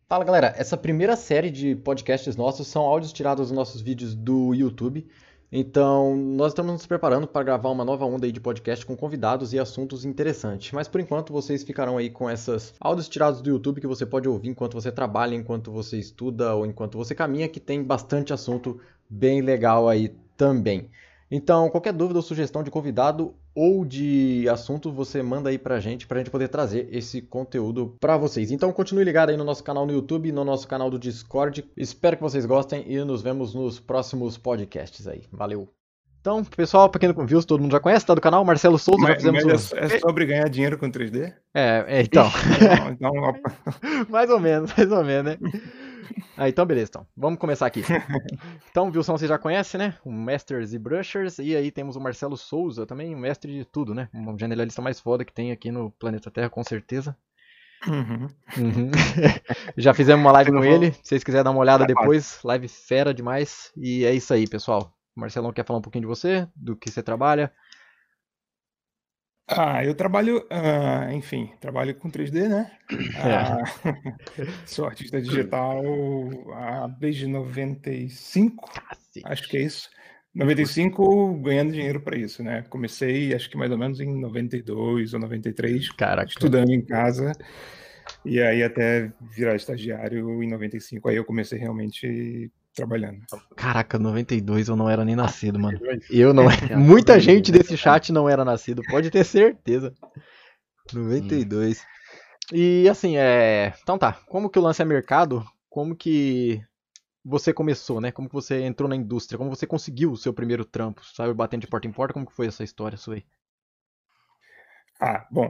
Fala galera, essa primeira série de podcasts nossos são áudios tirados dos nossos vídeos do YouTube. Então, nós estamos nos preparando para gravar uma nova onda aí de podcast com convidados e assuntos interessantes. Mas por enquanto vocês ficarão aí com esses áudios tirados do YouTube que você pode ouvir enquanto você trabalha, enquanto você estuda ou enquanto você caminha, que tem bastante assunto bem legal aí também. Então, qualquer dúvida ou sugestão de convidado ou de assunto, você manda aí pra gente poder trazer esse conteúdo pra vocês. Então, continue ligado aí no nosso canal no YouTube, no nosso canal do Discord. Espero que vocês gostem e nos vemos nos próximos podcasts aí. Valeu! Então, pessoal, pra quem não viu, todo mundo já conhece, tá do canal, Marcelo Souza, já Mas, fizemos mas é sobre ganhar dinheiro com 3D? Então. Então, mais ou menos, né? Então beleza, então. Vamos começar aqui. Então, Wilson, você já conhece, né? O Masters e Brushers. E aí temos o Marcelo Souza, também um mestre de tudo, né? Um generalista mais foda que tem aqui no planeta Terra, com certeza. Uhum. Já fizemos uma live com vou... ele. Se vocês quiserem dar uma olhada depois, live fera demais. E é isso aí, pessoal. O Marcelão quer falar um pouquinho de você, do que você trabalha. Eu trabalho, enfim, trabalho com 3D, né? Sou artista digital desde 95, acho que é isso. 95, ganhando dinheiro para isso, né? Comecei, acho que mais ou menos em 92 ou 93, Caraca. estudando em casa. E aí até virar estagiário em 95, aí eu comecei realmente trabalhando. Caraca, 92 eu não era nem nascido, mano. Eu não. Muita gente desse chat não era nascido, pode ter certeza. 92. E assim, então tá. Como que o lance é mercado? Como que você começou, né? Como que você entrou na indústria? Como você conseguiu o seu primeiro trampo? Saiu batendo de porta em porta? Como que foi essa história sua aí? Bom,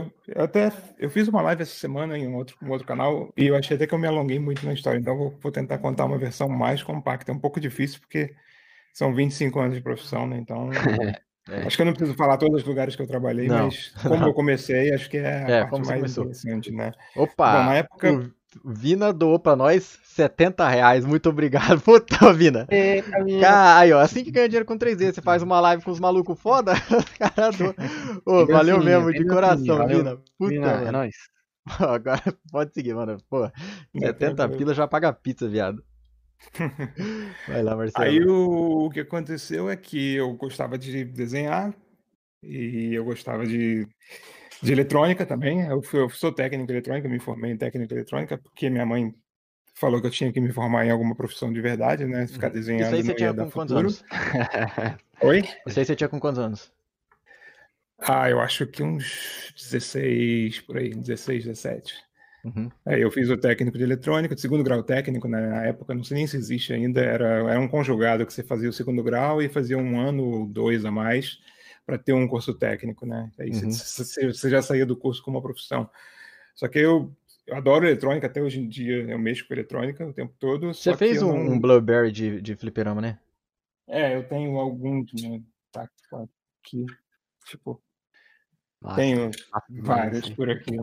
eu fiz uma live essa semana em um outro canal e eu achei até que eu me alonguei muito na história, então vou tentar contar uma versão mais compacta. É um pouco difícil porque são 25 anos de profissão, né? Então, acho que eu não preciso falar todos os lugares que eu trabalhei, mas como eu comecei, acho que é a parte como você mais começou? interessante, né? Opa! Bom, na época... O Vina doou pra nós R$70. Muito obrigado. Puta, Vina. Aí, ó, assim que ganha dinheiro com 3D, você faz uma live com os malucos foda, cara do... valeu mesmo, de coração, Vina. Puta, Vina, mano. é nóis. Agora pode seguir, mano. Pô, 70 pila já paga pizza, viado. Vai lá, Marcelo. Aí o que aconteceu é que eu gostava de desenhar e eu gostava de eletrônica também. Eu sou técnico em eletrônica, me formei em técnica eletrônica porque minha mãe falou que eu tinha que me formar em alguma profissão de verdade, né? Ficar desenhando Isso aí você não tinha ia dar com quantos futuro. anos? Oi? Isso aí você tinha com quantos anos? Eu acho que uns 16, por aí, 16, 17. Uhum. Aí eu fiz o técnico de eletrônica, de segundo grau técnico, né? Na época, não sei nem se existe ainda, era um conjugado que você fazia o segundo grau e fazia um ano ou dois a mais para ter um curso técnico, né? Aí você já saía do curso com uma profissão. Só que eu adoro eletrônica, até hoje em dia eu mexo com eletrônica o tempo todo. Você fez um Blueberry de fliperama, né? Eu tenho alguns, né? Tá aqui, tipo, Nossa, tenho vários por aqui.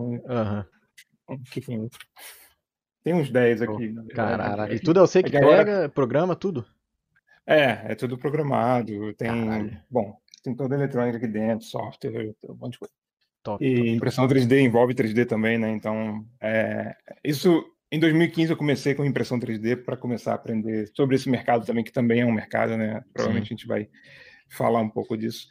Aqui tem outro. Tem uns 10 aqui, na verdade. Caraca. E tudo é você que pega, programa, tudo? É tudo programado. Caralho. Tem toda a eletrônica aqui dentro, software, um monte de coisa. Top. E impressão 3D envolve 3D também, né? Então, isso em 2015 eu comecei com impressão 3D para começar a aprender sobre esse mercado também, que também é um mercado, né? Provavelmente a gente vai falar um pouco disso.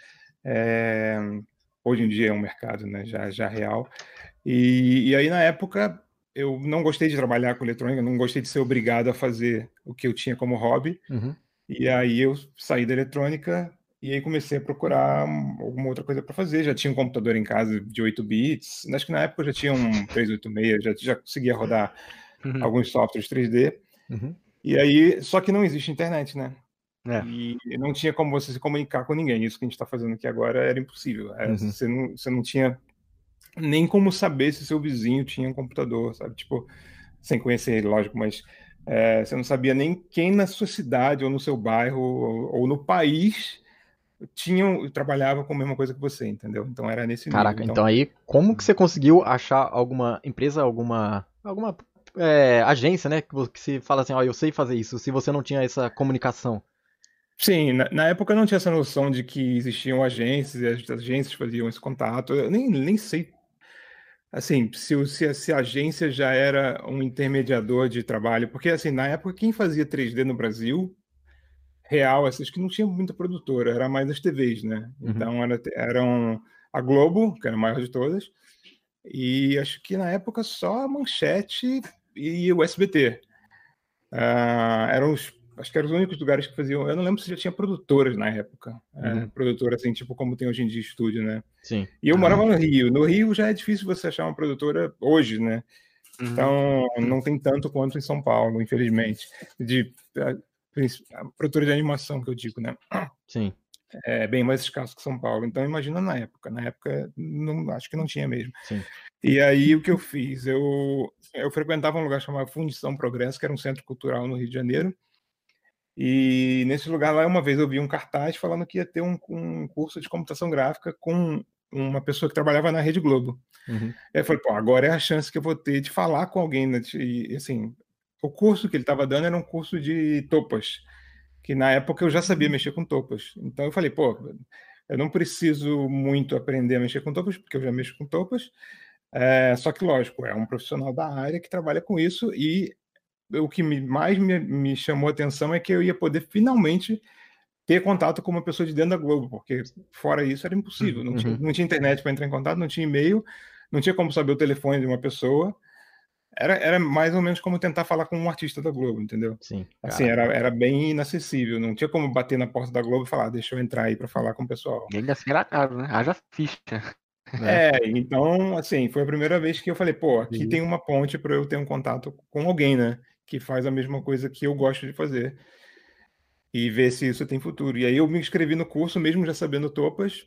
Hoje em dia é um mercado, né? Já real. E aí, na época, eu não gostei de trabalhar com eletrônica, não gostei de ser obrigado a fazer o que eu tinha como hobby. E aí eu saí da eletrônica e aí comecei a procurar alguma outra coisa para fazer. Já tinha um computador em casa de 8 bits, acho que na época eu já tinha um 386, já conseguia rodar alguns softwares 3D. E aí, só que não existe internet, né? E não tinha como você se comunicar com ninguém. Isso que a gente está fazendo aqui agora era impossível. Você não tinha nem como saber se seu vizinho tinha um computador, sabe? Tipo, sem conhecer ele, lógico, mas você não sabia nem quem na sua cidade ou no seu bairro ou no país trabalhava com a mesma coisa que você, entendeu? Então era nesse nível. Caraca, então aí, como que você conseguiu achar alguma empresa, alguma agência, né, que se fala assim, ó, eu sei fazer isso, se você não tinha essa comunicação? Sim, na época eu não tinha essa noção de que existiam agências e as agências faziam esse contato. Eu nem sei assim, se a agência já era um intermediador de trabalho, porque assim, na época quem fazia 3D no Brasil, real, essas que não tinha muita produtora, era mais as TVs, né? Então eram a Globo, que era a maior de todas, e acho que na época só a Manchete e o SBT. Acho que eram os únicos lugares que faziam. Eu não lembro se já tinha produtoras na época. Produtora, assim, tipo como tem hoje em dia estúdio, né? Sim. E eu morava no Rio. No Rio já é difícil você achar uma produtora hoje, né? Então, não tem tanto quanto em São Paulo, infelizmente. A produtora de animação, que eu digo, né? Sim. É bem mais escasso que São Paulo. Então, imagina na época. Na época, não, acho que não tinha mesmo. Sim. E aí, o que eu fiz? Eu frequentava um lugar chamado Fundição Progresso, que era um centro cultural no Rio de Janeiro. E nesse lugar lá, uma vez eu vi um cartaz falando que ia ter um curso de computação gráfica com uma pessoa que trabalhava na Rede Globo. Aí eu falei, pô, agora é a chance que eu vou ter de falar com alguém, né? E assim, o curso que ele estava dando era um curso de topas, que na época eu já sabia mexer com topas. Então eu falei, pô, eu não preciso muito aprender a mexer com topas, porque eu já mexo com topas. Só que, lógico, é um profissional da área que trabalha com isso e o que mais me chamou a atenção é que eu ia poder finalmente ter contato com uma pessoa de dentro da Globo, porque fora isso era impossível. Não tinha internet para entrar em contato, não tinha e-mail, não tinha como saber o telefone de uma pessoa. Era mais ou menos como tentar falar com um artista da Globo, entendeu? Sim. Assim, era bem inacessível. Não tinha como bater na porta da Globo e falar, deixa eu entrar aí para falar com o pessoal. E ainda assim era caro, né? Haja ficha. Então, assim, foi a primeira vez que eu falei, pô, aqui tem uma ponte para eu ter um contato com alguém, né? Que faz a mesma coisa que eu gosto de fazer. E ver se isso tem futuro. E aí eu me inscrevi no curso, mesmo já sabendo topas,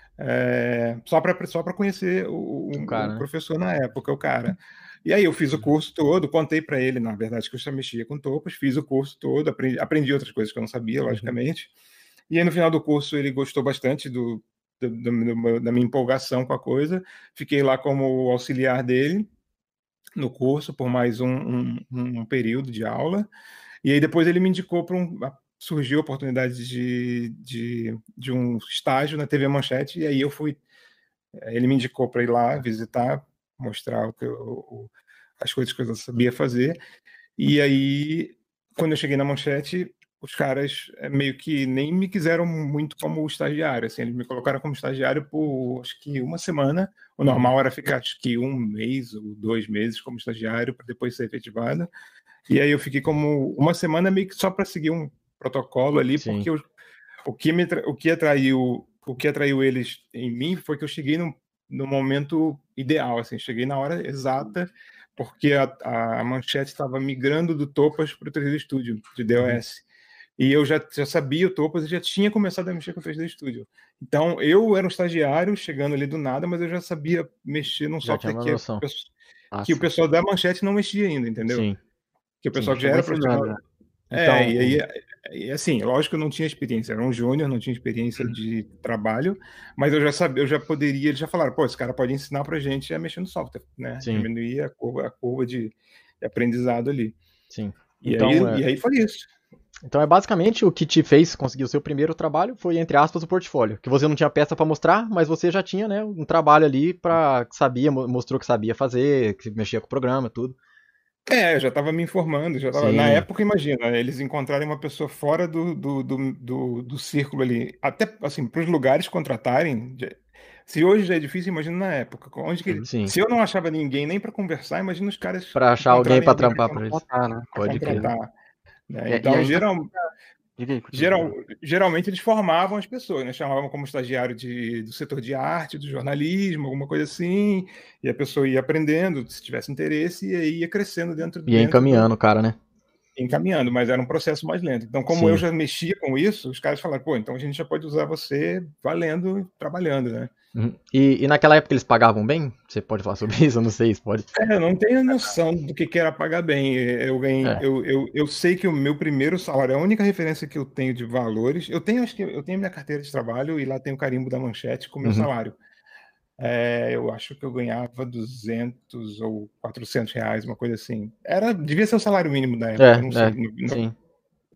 só para conhecer o cara, professor na época, o cara. E aí eu fiz o curso todo, contei para ele, na verdade, que eu já mexia com topas, fiz o curso todo, aprendi outras coisas que eu não sabia, logicamente. E aí no final do curso ele gostou bastante da minha empolgação com a coisa. Fiquei lá como auxiliar dele no curso por mais um período de aula. E aí depois ele me indicou para surgiu a oportunidade de um estágio na TV Manchete, e aí eu fui. Ele me indicou para ir lá visitar, mostrar as coisas que eu sabia fazer. E aí, quando eu cheguei na Manchete, os caras meio que nem me quiseram muito como estagiário. Assim, eles me colocaram como estagiário por acho que uma semana. O normal era ficar acho que 1 mês ou 2 meses como estagiário para depois ser efetivado. E aí eu fiquei como uma semana meio que só para seguir um protocolo ali, sim. porque o que atraiu eles em mim foi que eu cheguei no momento ideal, assim, cheguei na hora exata, porque a Manchete estava migrando do Topas para o 3D Studio, de DOS. E eu já sabia o Topas e já tinha começado a mexer com o 3D Studio. Então, eu era um estagiário chegando ali do nada, mas eu já sabia mexer num software que o pessoal da Manchete não mexia ainda, entendeu? Sim. Que o pessoal que já era profissional. Então, e assim, lógico que eu não tinha experiência, era um júnior, não tinha experiência de trabalho, mas eu já sabia, eu já poderia, eles já falaram, pô, esse cara pode ensinar pra gente a mexer no software, né? Sim. Diminuir a curva de aprendizado ali. Sim. E aí foi isso. Então é basicamente o que te fez conseguir o seu primeiro trabalho foi, entre aspas, o portfólio. Que você não tinha peça para mostrar, mas você já tinha, né, um trabalho ali mostrou que sabia fazer, que mexia com o programa, tudo. Eu já estava me informando, na época, imagina, eles encontrarem uma pessoa fora do círculo ali, até assim, para os lugares contratarem. Se hoje já é difícil, imagina na época. Se eu não achava ninguém nem para conversar, imagina os caras para achar alguém para trampar para eles. Né? Pode crer. Né? Então, geralmente eles formavam as pessoas, né? Chamavam como estagiário do setor de arte, do jornalismo, alguma coisa assim, e a pessoa ia aprendendo, se tivesse interesse, e aí ia crescendo dentro ia encaminhando o cara, né? Encaminhando, mas era um processo mais lento. Então, como eu já mexia com isso, os caras falaram, pô, então a gente já pode usar você valendo e trabalhando, né? E naquela época eles pagavam bem? Você pode falar sobre isso? Eu não sei se pode. Eu não tenho noção do que era pagar bem. Eu sei que o meu primeiro salário, a única referência que eu tenho de valores, acho que eu tenho minha carteira de trabalho e lá tem o carimbo da Manchete com o meu salário. Eu acho que eu ganhava 200 ou 400 reais, uma coisa assim. Devia ser o salário mínimo da época, não sei. Sim.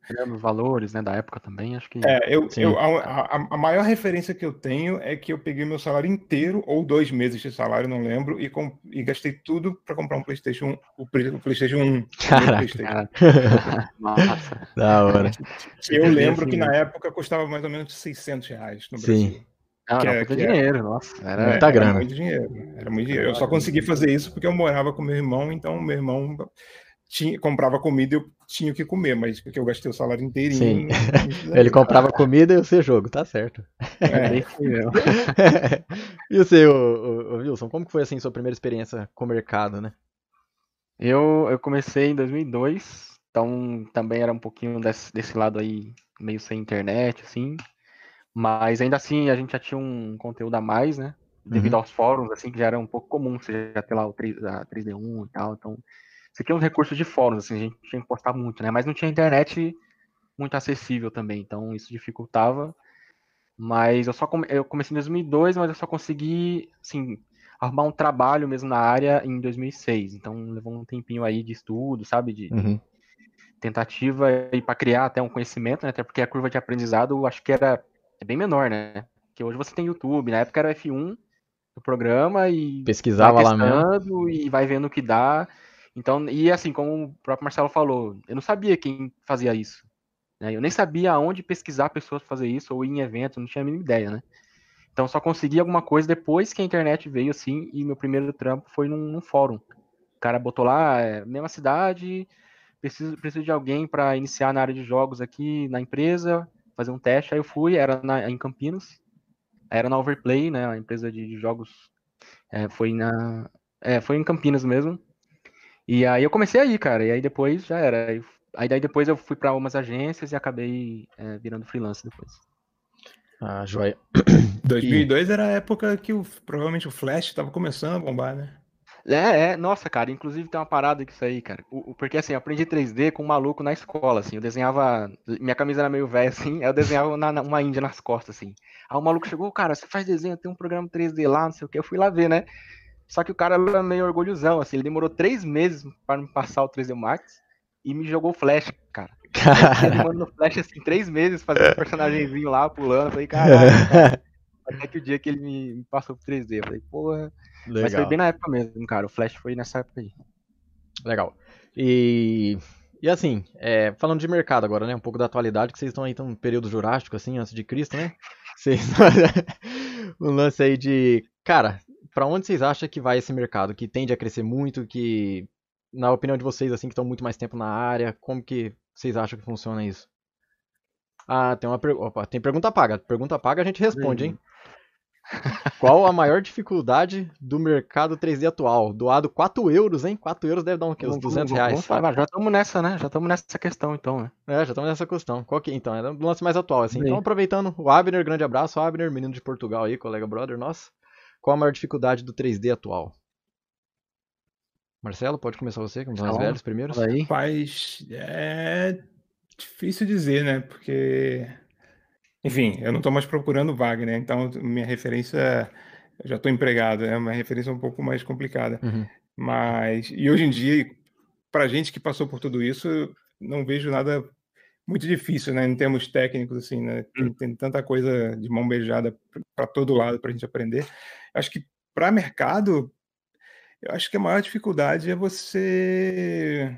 Os valores, né, da época também, acho que... A maior referência que eu tenho é que eu peguei meu salário inteiro, ou 2 meses de salário, não lembro, e gastei tudo para comprar um PlayStation 1, o PlayStation 1. Caraca. Nossa. Da hora. Que eu lembro que na época custava mais ou menos R$600 no Brasil. Era puta dinheiro, nossa. Muita grana. Muito dinheiro. Era muito dinheiro. Eu só consegui fazer isso porque eu morava com meu irmão, então meu irmão comprava comida e eu tinha que comer, mas porque eu gastei o salário inteirinho. Ele comprava comida e você jogo, tá certo. Bem assim mesmo. E você, Wilson, como que foi assim sua primeira experiência com o mercado, né? Eu comecei em 2002, então também era um pouquinho desse lado aí, meio sem internet, assim. Mas ainda assim a gente já tinha um conteúdo a mais, né? Devido aos fóruns, assim, que já era um pouco comum, você já ter lá a 3D1 e tal. Então, você tinha uns recursos de fóruns, assim, a gente tinha que postar muito, né? Mas não tinha internet muito acessível também, então isso dificultava. Mas eu comecei em 2002, mas eu só consegui, assim, arrumar um trabalho mesmo na área em 2006. Então, levou um tempinho aí de estudo, sabe? De tentativa e para criar até um conhecimento, né? Até porque a curva de aprendizado eu acho que é bem menor, né? Porque hoje você tem YouTube, na época era F1 do programa e pesquisava vai lá mesmo testando e vai vendo o que dá. Então, e assim, como o próprio Marcelo falou, eu não sabia quem fazia isso, né? Eu nem sabia aonde pesquisar pessoas para fazer isso ou ir em eventos, não tinha a mínima ideia, né? Então, só consegui alguma coisa depois que a internet veio, assim, e meu primeiro trampo foi num fórum. O cara botou lá, mesma cidade, preciso de alguém para iniciar na área de jogos aqui na empresa, fazer um teste. Aí eu fui, era em Campinas, era na Overplay, né, a empresa de jogos, foi em Campinas mesmo. E aí eu comecei aí, cara, e aí depois já era. Aí daí depois eu fui para umas agências e acabei virando freelance depois. Ah, joia. 2002 era a época que provavelmente o Flash estava começando a bombar, né? Nossa, cara, inclusive tem uma parada com isso aí, cara. Porque assim, eu aprendi 3D com um maluco na escola, assim. Eu desenhava. Minha camisa era meio velha, assim, aí eu desenhava uma índia nas costas, assim. Aí o maluco chegou, cara, você faz desenho, tem um programa 3D lá, não sei o que. Eu fui lá ver, né? Só que o cara era meio orgulhosão, assim. Ele demorou 3 meses para me passar o 3D Max e me jogou Flash, cara. Eu fiquei animando no Flash, assim, 3 meses, fazendo um personagemzinho lá, pulando. Eu falei, caralho, cara. Até que o dia que ele me passou pro 3D, eu falei, porra. Legal. Mas foi bem na época mesmo, cara. O Flash foi nessa época aí. Legal. E assim, falando de mercado agora, né? Um pouco da atualidade, que vocês estão aí no período jurássico, assim, antes de Cristo, né? Um lance aí de... Cara, pra onde vocês acham que vai esse mercado? Que tende a crescer muito, que... Na opinião de vocês, assim, que estão muito mais tempo na área, como que vocês acham que funciona isso? Ah, tem pergunta paga. Pergunta paga a gente responde, hein? Qual a maior dificuldade do mercado 3D atual? Doado 4 euros, hein? 4 euros deve dar uns 200 reais. Já estamos nessa, né? Já estamos nessa questão, então, né? Já estamos nessa questão. Qual que, então? É o lance mais atual, assim. Então, aproveitando, o Abner, grande abraço, Abner, menino de Portugal aí, colega brother nosso. Qual a maior dificuldade do 3D atual? Marcelo, pode começar você, que é um dos mais velhos primeiros. Rapaz, é difícil dizer, né? Porque... Enfim, eu não estou mais procurando vaga, né? Então, minha referência... Eu já estou empregado, é uma referência um pouco mais complicada. Mas... E hoje em dia, para gente que passou por tudo isso, não vejo nada muito difícil, né? Em termos técnicos, assim, né? Tem tanta coisa de mão beijada para todo lado para a gente aprender. Acho que para mercado, eu acho que a maior dificuldade é você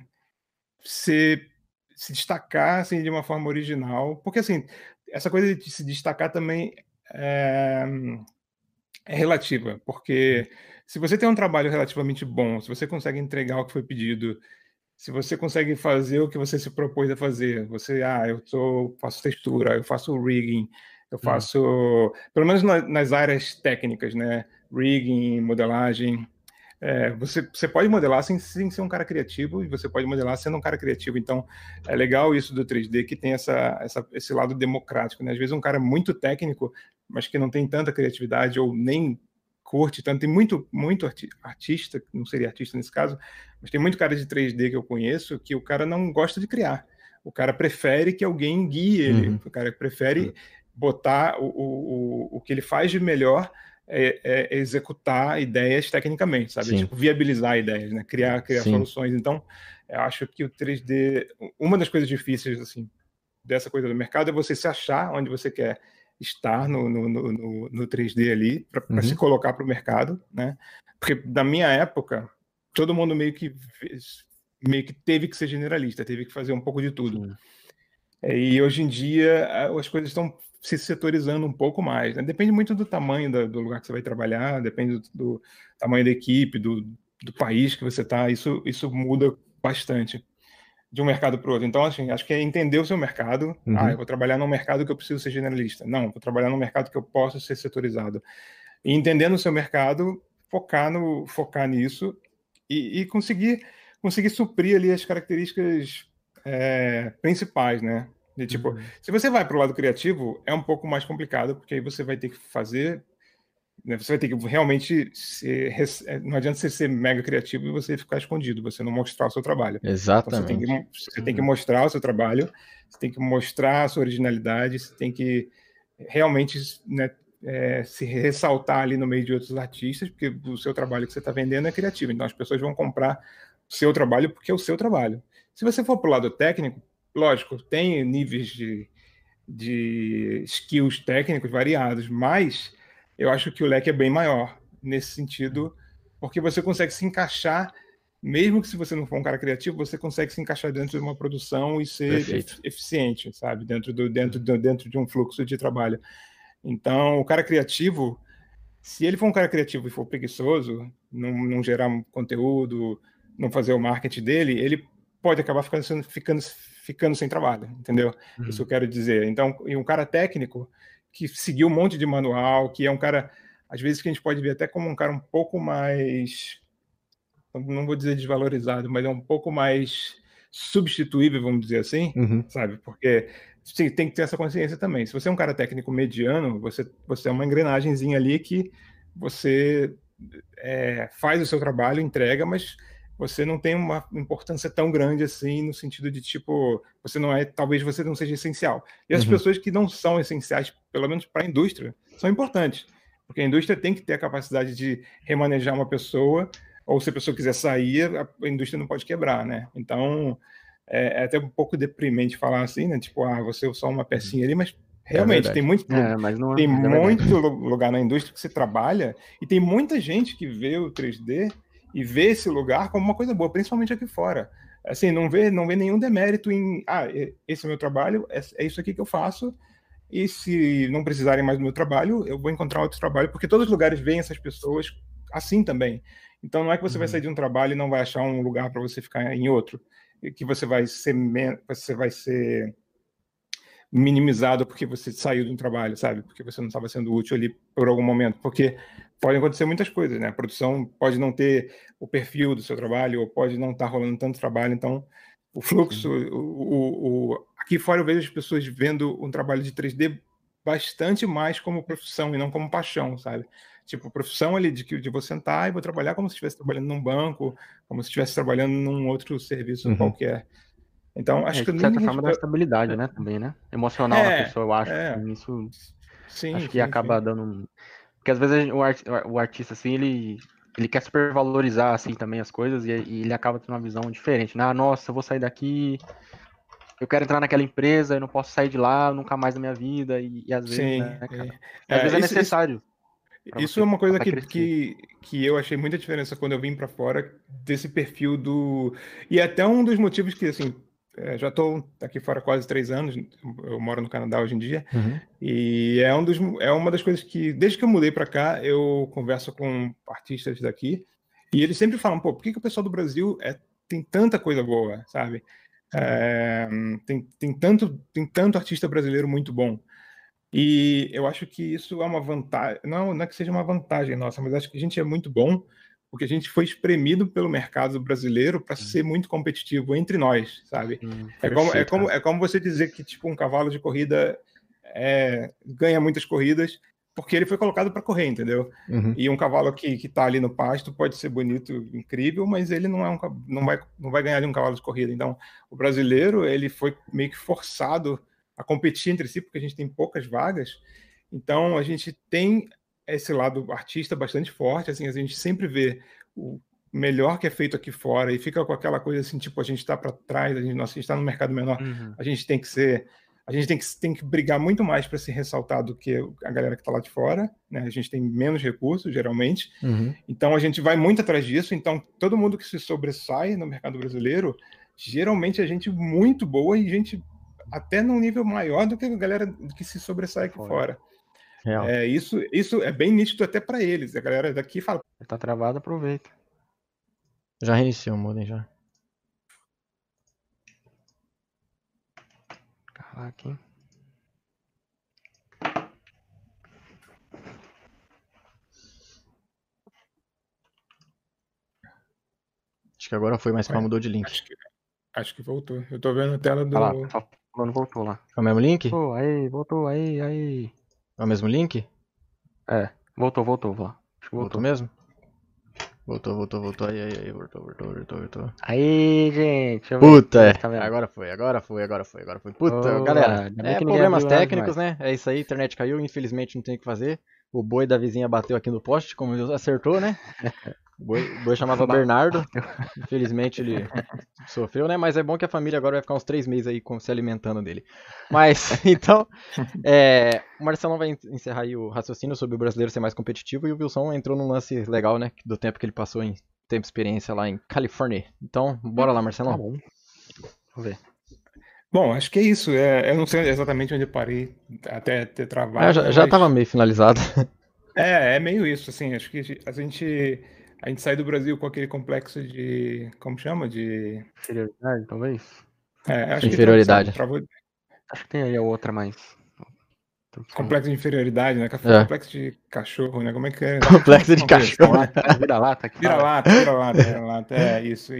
se destacar assim, de uma forma original, porque assim, essa coisa de se destacar também é relativa, porque se você tem um trabalho relativamente bom, se você consegue entregar o que foi pedido, se você consegue fazer o que você se propôs a fazer, faço textura, eu faço rigging, eu faço, pelo menos nas áreas técnicas, né, rigging, modelagem, você pode modelar sem ser um cara criativo e você pode modelar sendo um cara criativo. Então, é legal isso do 3D que tem esse lado democrático, né? Às vezes um cara muito técnico, mas que não tem tanta criatividade ou nem curte tanto. Tem muito artista, não seria artista nesse caso, mas tem muito cara de 3D que eu conheço que o cara não gosta de criar. O cara prefere que alguém guie ele. O cara prefere botar o que ele faz de melhor executar ideias tecnicamente, sabe? Tipo, viabilizar ideias, né? Criar soluções. Então, eu acho que o 3D... Uma das coisas difíceis, assim, dessa coisa do mercado é você se achar onde você quer estar no 3D ali, para se colocar para o mercado, né? Porque na minha época, todo mundo meio que teve que ser generalista, teve que fazer um pouco de tudo. E hoje em dia as coisas estão se setorizando um pouco mais, né? Depende muito do tamanho do lugar que você vai trabalhar, depende do tamanho da equipe, do país que você está, isso muda bastante de um mercado para o outro. Então, assim, acho que é entender o seu mercado. Eu vou trabalhar num mercado que eu preciso ser generalista. Não, vou trabalhar num mercado que eu posso ser setorizado. E entendendo o seu mercado, focar nisso e conseguir suprir ali as características principais, né? De, tipo, se você vai para o lado criativo, é um pouco mais complicado, porque aí você vai ter que fazer, né, você vai ter que realmente não adianta você ser mega criativo e você ficar escondido, você não mostrar o seu trabalho. Exatamente. Então, você tem que mostrar o seu trabalho, você tem que mostrar a sua originalidade, você tem que realmente, né, se ressaltar ali no meio de outros artistas, porque o seu trabalho que você está vendendo é criativo, então as pessoas vão comprar o seu trabalho porque é o seu trabalho. Se você for para o lado técnico, lógico, tem níveis de skills técnicos variados, mas eu acho que o leque é bem maior nesse sentido, porque você consegue se encaixar, mesmo que se você não for um cara criativo, você consegue se encaixar dentro de uma produção e ser eficiente, sabe? Dentro de um fluxo de trabalho. Então, o cara criativo, se ele for um cara criativo e for preguiçoso, não gerar conteúdo, não fazer o marketing dele, ele pode acabar ficando sem trabalho, entendeu? Isso eu quero dizer. Então, e um cara técnico que seguiu um monte de manual, que é um cara, às vezes, que a gente pode ver até como um cara um pouco mais, não vou dizer desvalorizado, mas é um pouco mais substituível, vamos dizer assim, sabe? Porque tem que ter essa consciência também. Se você é um cara técnico mediano, você é uma engrenagemzinha ali que você faz o seu trabalho, entrega, mas você não tem uma importância tão grande assim, no sentido de, tipo, talvez você não seja essencial. E as pessoas que não são essenciais, pelo menos para a indústria, são importantes. Porque a indústria tem que ter a capacidade de remanejar uma pessoa, ou se a pessoa quiser sair, a indústria não pode quebrar, né? Então, é até um pouco deprimente falar assim, né? Tipo, você é só uma pecinha ali, mas realmente tem muito, muito lugar na indústria que você trabalha, e tem muita gente que vê o 3D e vê esse lugar como uma coisa boa, principalmente aqui fora. Assim, não vê nenhum demérito em, esse é o meu trabalho, é isso aqui que eu faço, e se não precisarem mais do meu trabalho, eu vou encontrar outro trabalho, porque todos os lugares veem essas pessoas assim também. Então, não é que você vai sair de um trabalho e não vai achar um lugar para você ficar em outro, que você vai ser minimizado porque você saiu de um trabalho, sabe? Porque você não estava sendo útil ali por algum momento. Porque podem acontecer muitas coisas, né? A produção pode não ter o perfil do seu trabalho, ou pode não estar rolando tanto trabalho. Então, o fluxo... Aqui fora eu vejo as pessoas vendo um trabalho de 3D bastante mais como profissão e não como paixão, sabe? Tipo, profissão ali de vou sentar e vou trabalhar como se estivesse trabalhando num banco, como se estivesse trabalhando num outro serviço qualquer. Então, acho que de certa forma dá estabilidade, né, também, né? Emocional na pessoa, eu acho. Isso, sim, acho que acaba dando Porque às vezes o artista, assim, ele quer supervalorizar, assim, também as coisas e ele acaba tendo uma visão diferente, né? Nossa, eu vou sair daqui, eu quero entrar naquela empresa, eu não posso sair de lá nunca mais na minha vida, e às vezes, né, cara? Às vezes é necessário. Isso é uma coisa que eu achei muita diferença quando eu vim para fora, desse perfil do... E até um dos motivos que, assim, já estou aqui fora há quase 3 anos, eu moro no Canadá hoje em dia, e é uma das coisas que, desde que eu mudei para cá, eu converso com artistas daqui, e eles sempre falam, pô, por que o pessoal do Brasil tem tanta coisa boa, sabe? Tem tanto artista brasileiro muito bom. E eu acho que isso é uma vantagem, não é que seja uma vantagem nossa, mas acho que a gente é muito bom, porque a gente foi espremido pelo mercado brasileiro para ser muito competitivo entre nós, sabe? É como você dizer que, tipo, um cavalo de corrida ganha muitas corridas porque ele foi colocado para correr, entendeu? E um cavalo que está ali no pasto pode ser bonito, incrível, mas ele não vai ganhar de um cavalo de corrida. Então, o brasileiro, ele foi meio que forçado a competir entre si, porque a gente tem poucas vagas. Então, a gente tem esse lado artista bastante forte, assim, a gente sempre vê o melhor que é feito aqui fora e fica com aquela coisa assim, tipo, a gente está para trás, a gente está no mercado menor, a gente tem que ser a gente tem que brigar muito mais para se ressaltar do que a galera que está lá de fora, né? A gente tem menos recursos, geralmente. Então, a gente vai muito atrás disso. Então, todo mundo que se sobressai no mercado brasileiro, geralmente é gente muito boa e gente até num nível maior do que a galera que se sobressai aqui fora. Isso é bem nítido até para eles. A galera daqui fala... Tá travado, aproveita. Já reiniciou o modem, já. Caraca, hein? Acho que agora foi, mas só mudou de link. Acho que voltou. Eu tô vendo a tela do... Ah lá, quando voltou lá. É o mesmo link? Voltou, aí. É o mesmo link? É, voltou lá. Acho que voltou mesmo? Voltou, aí, voltou. Aí, gente. Puta, agora foi. Puta, galera, problemas técnicos, né? É isso aí, a internet caiu, infelizmente não tem o que fazer. O boi da vizinha bateu aqui no poste, como acertou, né? O boi chamava Bernardo, infelizmente ele sofreu, né? Mas é bom que a família agora vai ficar uns 3 meses aí se alimentando dele. Mas, então, o Marcelão vai encerrar aí o raciocínio sobre o brasileiro ser mais competitivo e o Wilson entrou num lance legal, né? Do tempo que ele passou em tempo de experiência lá em Califórnia. Então, bora lá, Marcelão. Tá bom. Vamos ver. Bom, acho que é isso. Eu não sei exatamente onde eu parei até ter travado. Já estava meio finalizado. É meio isso, assim. Acho que a gente sai do Brasil com aquele complexo de... Como chama? De... Inferioridade, talvez? Acho inferioridade. Acho que tem aí a outra mais... Complexo de inferioridade, né? Complexo de cachorro, né? Como é que é? Complexo de cachorro. Vira-lata. Vira-lata. É isso.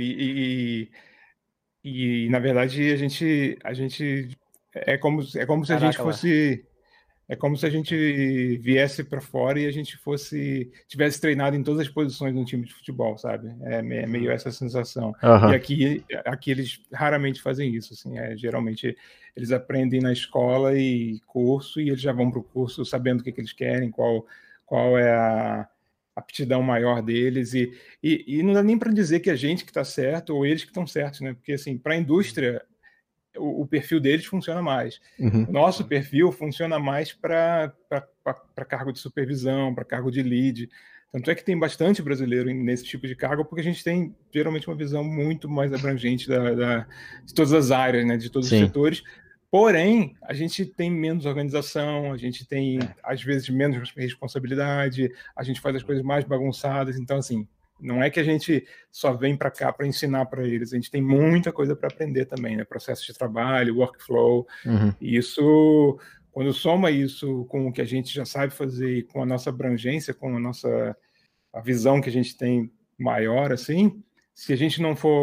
E na verdade a gente é como se a gente fosse... É como se a gente viesse para fora e a gente tivesse treinado em todas as posições de um time de futebol, sabe? É meio essa sensação. E aqui eles raramente fazem isso, assim. Geralmente eles aprendem na escola e curso, e eles já vão para o curso sabendo o que eles querem, qual é a aptidão maior deles. E não dá nem para dizer que a gente que está certo ou eles que estão certos, né? Porque, assim, para a indústria... O perfil deles funciona mais. O nosso perfil funciona mais para cargo de supervisão, para cargo de lead. Tanto é que tem bastante brasileiro nesse tipo de cargo, porque a gente tem geralmente uma visão muito mais abrangente de todas as áreas, né, de todos os setores. Porém, a gente tem menos organização, a gente tem, às vezes, menos responsabilidade, a gente faz as coisas mais bagunçadas. Então, assim, não é que a gente só vem para cá para ensinar para eles, a gente tem muita coisa para aprender também, né? Processo de trabalho, workflow, e isso, quando soma isso com o que a gente já sabe fazer e com a nossa abrangência, com a visão que a gente tem maior, assim, se a gente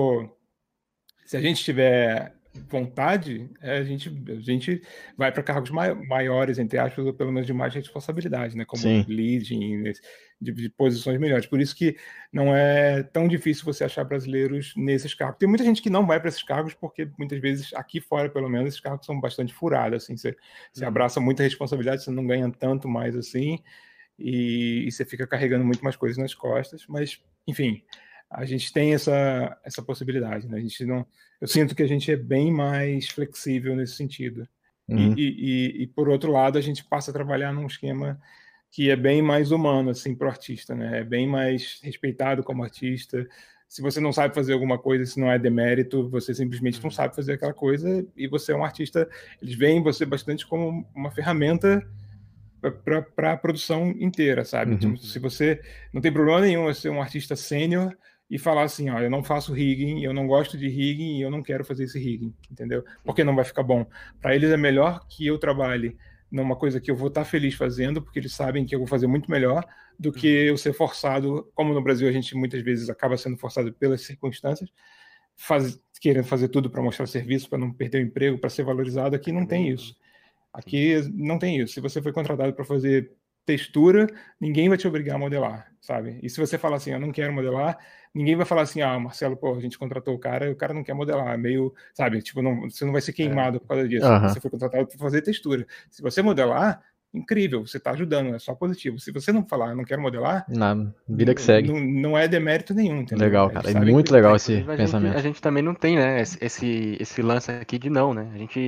tiver vontade, a gente vai para cargos maiores, entre aspas, ou pelo menos de mais responsabilidade, né? Como lead, de posições melhores. Por isso que não é tão difícil você achar brasileiros nesses cargos. Tem muita gente que não vai para esses cargos porque muitas vezes, aqui fora pelo menos, esses cargos são bastante furados, assim, você abraça muita responsabilidade, você não ganha tanto mais assim, e você fica carregando muito mais coisas nas costas, mas, enfim, a gente tem essa possibilidade, né? Eu sinto que a gente é bem mais flexível nesse sentido. E por outro lado, a gente passa a trabalhar num esquema que é bem mais humano, assim, para o artista, né? É bem mais respeitado como artista. Se você não sabe fazer alguma coisa, se não é demérito, você simplesmente não sabe fazer aquela coisa, e você é um artista, eles veem você bastante como uma ferramenta para a produção inteira, sabe? Tipo, se você não tem problema nenhum ser um artista sênior e falar assim, ó, eu não faço rigging, eu não gosto de rigging e eu não quero fazer esse rigging, entendeu? Porque não vai ficar bom. Para eles é melhor que eu trabalhe numa coisa que eu vou estar feliz fazendo, porque eles sabem que eu vou fazer muito melhor do que eu ser forçado, como no Brasil a gente muitas vezes acaba sendo forçado pelas circunstâncias, querendo fazer tudo para mostrar serviço, para não perder o emprego, para ser valorizado. Aqui não tem isso. Aqui não tem isso. Se você foi contratado para fazer textura, ninguém vai te obrigar a modelar, sabe? E se você falar assim, eu não quero modelar, ninguém vai falar assim, Marcelo, pô, a gente contratou o cara não quer modelar, meio, sabe? Tipo, você não vai ser queimado por causa disso. Você foi contratado para fazer textura. Se você modelar, incrível, você está ajudando, é só positivo. Se você não falar, não quero modelar, vida que segue. Não é demérito nenhum, entendeu? Legal, cara. É muito legal esse pensamento. A gente também não tem, né, esse lance aqui de não, né? A gente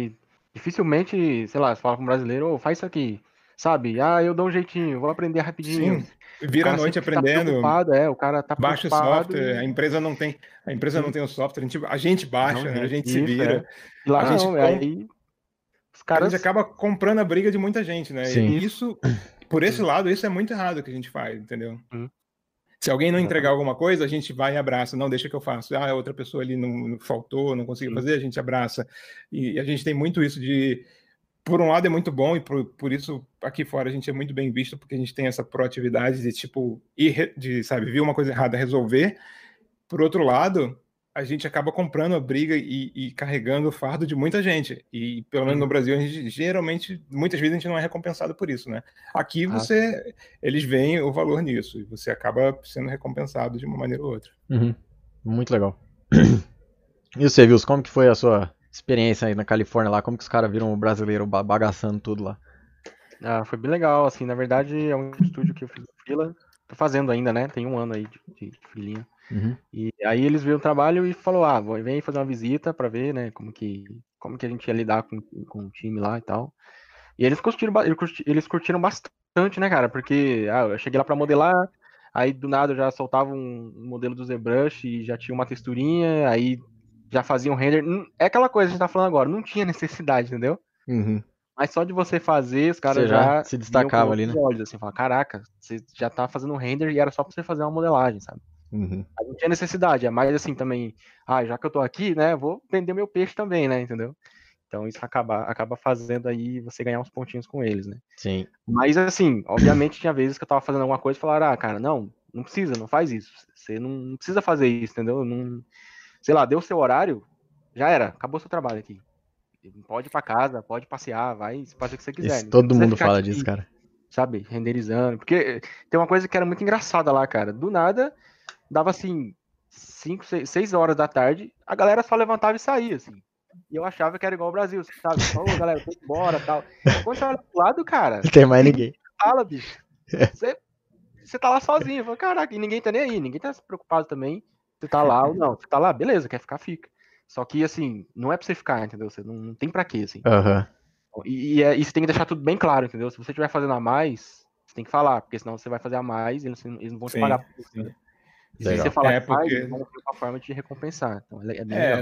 dificilmente, sei lá, você fala com um brasileiro, faz isso aqui, sabe? Eu dou um jeitinho, vou aprender rapidinho. Sim, O vira a cara noite sempre tá aprendendo, preocupado, o cara tá baixa o preocupado software, e a empresa não sim, tem o software, a gente não, baixa, né? A gente, gente se isso, vira, E lá a gente, não, com, aí os a gente caras, acaba comprando a briga de muita gente, né? Sim. E isso, isso, por esse sim, lado, isso é muito errado que a gente faz, entendeu? sim, Se alguém não entregar exatamente, alguma coisa, a gente vai e abraça. Não, deixa que eu faço. A outra pessoa ali não faltou, não conseguiu sim, fazer, a gente abraça. E a gente tem muito isso de. Por um lado é muito bom, e por isso aqui fora a gente é muito bem visto, porque a gente tem essa proatividade de, tipo, sabe, ver uma coisa errada, resolver. Por outro lado, a gente acaba comprando a briga e carregando o fardo de muita gente. E, pelo menos no uhum. Brasil, a gente geralmente, muitas vezes, a gente não é recompensado por isso, né? Aqui Sim. eles veem o valor nisso, e você acaba sendo recompensado de uma maneira ou outra. Uhum. Muito legal. E você, Wilson, como que foi a sua experiência aí na Califórnia lá? Como que os caras viram o brasileiro bagaçando tudo lá? Foi bem legal, assim, na verdade é um estúdio que eu fiz no freela, tô fazendo ainda, né, tem um ano aí de freelinha. Uhum. E aí eles viram o trabalho e falou, vem aí fazer uma visita pra ver, né, como que a gente ia lidar com o time lá e tal. E eles curtiram bastante, né, cara, porque eu cheguei lá pra modelar, aí do nada eu já soltava um modelo do ZBrush e já tinha uma texturinha, aí já fazia um render. É aquela coisa que a gente tá falando agora, não tinha necessidade, entendeu? Uhum. Mas só de você fazer, os Você caras já já se viam com destacava ali, outros né? olhos, assim, falar, caraca, você já tá fazendo um render e era só pra você fazer uma modelagem, sabe? Uhum. Aí não tinha necessidade, é mais assim também, já que eu tô aqui, né, vou vender meu peixe também, né, entendeu? Então isso acaba fazendo aí você ganhar uns pontinhos com eles, né? Sim. Mas assim, obviamente tinha vezes que eu tava fazendo alguma coisa e falaram, cara, não precisa, não faz isso, você não precisa fazer isso, entendeu? Não, sei lá, deu seu horário, já era, acabou seu trabalho aqui. Pode ir pra casa, pode passear, vai fazer o que você quiser. Isso, Você não todo precisa mundo ficar fala disso, aqui, cara. sabe, renderizando. Porque tem uma coisa que era muito engraçada lá, cara. Do nada, dava assim, 5, 6 horas da tarde, a galera só levantava e saía, assim. E eu achava que era igual ao Brasil, sabe? Falou, galera, tô embora tal. Quando você olha pro lado, cara, Não tem não mais tem ninguém ninguém. na sala, bicho. Você, você tá lá sozinho. Fala, caraca, e ninguém tá nem aí, ninguém tá se preocupado também. Você tá lá ou não. Você tá lá, beleza, quer ficar, fica. Só que, assim, não é pra você ficar, entendeu? Você não tem pra quê, assim. Aham. E você tem que deixar tudo bem claro, entendeu? Se você estiver fazendo a mais, você tem que falar, porque senão você vai fazer a mais e eles não vão te pagar Sim, por isso, sim. entendeu? E se você Legal. falar É, que faz, eles porque vão ver uma forma de te recompensar. Então é bem legal. É,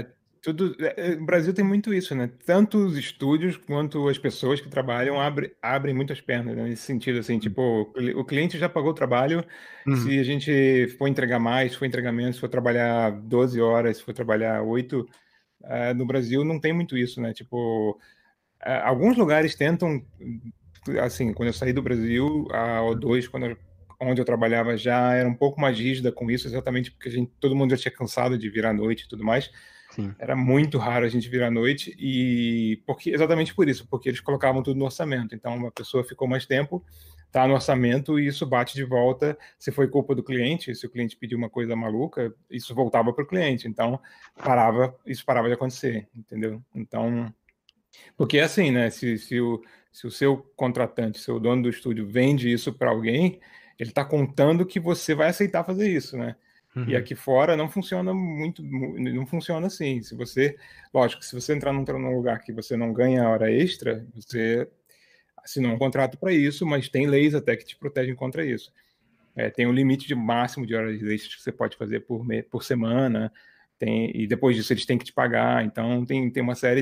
o Brasil tem muito isso, né? Tanto os estúdios quanto as pessoas que trabalham abrem muitas pernas, né? Nesse sentido, assim, tipo, o cliente já pagou o trabalho, Uhum. se a gente for entregar mais, se for entregar menos, se for trabalhar 12 horas, se for trabalhar 8, no Brasil não tem muito isso, né? Tipo, alguns lugares tentam, assim, quando eu saí do Brasil, a O2, onde eu trabalhava já era um pouco mais rígida com isso, exatamente porque todo mundo já tinha cansado de virar à noite e tudo mais. Sim. Era muito raro a gente vir à noite e exatamente por isso, porque eles colocavam tudo no orçamento. Então, uma pessoa ficou mais tempo, tá no orçamento e isso bate de volta. Se foi culpa do cliente, se o cliente pediu uma coisa maluca, isso voltava para o cliente. Então, isso parava de acontecer, entendeu? Então, porque é assim, né? Se o seu contratante, seu dono do estúdio vende isso para alguém, ele está contando que você vai aceitar fazer isso, né? E Uhum. aqui fora não funciona não funciona assim. Lógico, se você entrar num lugar que você não ganha hora extra, você assinou um contrato para isso, mas tem leis até que te protegem contra isso. Tem um limite de máximo de horas extras que você pode fazer por semana, e depois disso eles têm que te pagar. Então tem uma série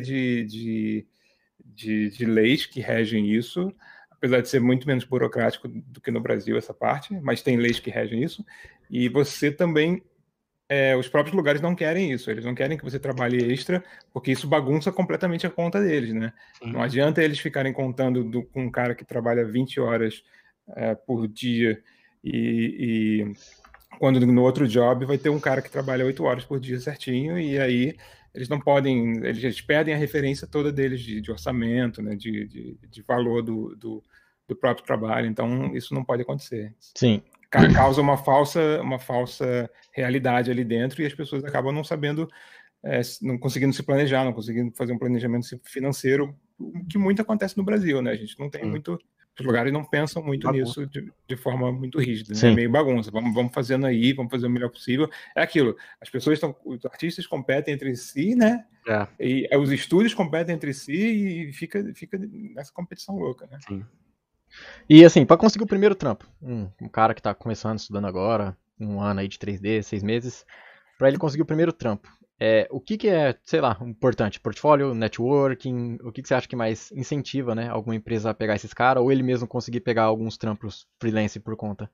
de leis que regem isso, apesar de ser muito menos burocrático do que no Brasil essa parte, mas tem leis que regem isso. E você também, os próprios lugares não querem isso, eles não querem que você trabalhe extra, porque isso bagunça completamente a conta deles, né? Sim. Não adianta eles ficarem contando com um cara que trabalha 20 horas por dia e quando no outro job vai ter um cara que trabalha 8 horas por dia certinho, e aí eles não podem, eles perdem a referência toda deles de orçamento, né, de valor do próprio trabalho, então isso não pode acontecer. Sim. Causa uma falsa realidade ali dentro e as pessoas acabam não sabendo, não conseguindo se planejar, não conseguindo fazer um planejamento financeiro, o que muito acontece no Brasil, né? A gente não tem Sim. Os lugares não pensam muito Bagunça. nisso de forma muito rígida, né? Sim. É meio bagunça. Vamos fazendo aí, vamos fazer o melhor possível. É aquilo. As pessoas os artistas competem entre si, né? E os estúdios competem entre si e fica nessa competição louca, né? Sim. E assim, pra conseguir o primeiro trampo, um cara que tá começando, estudando agora, um ano aí de 3D, 6 meses, pra ele conseguir o primeiro trampo, o que é, sei lá, importante? Portfólio, networking, o que você acha que mais incentiva, né, alguma empresa a pegar esses caras, ou ele mesmo conseguir pegar alguns trampos freelance por conta?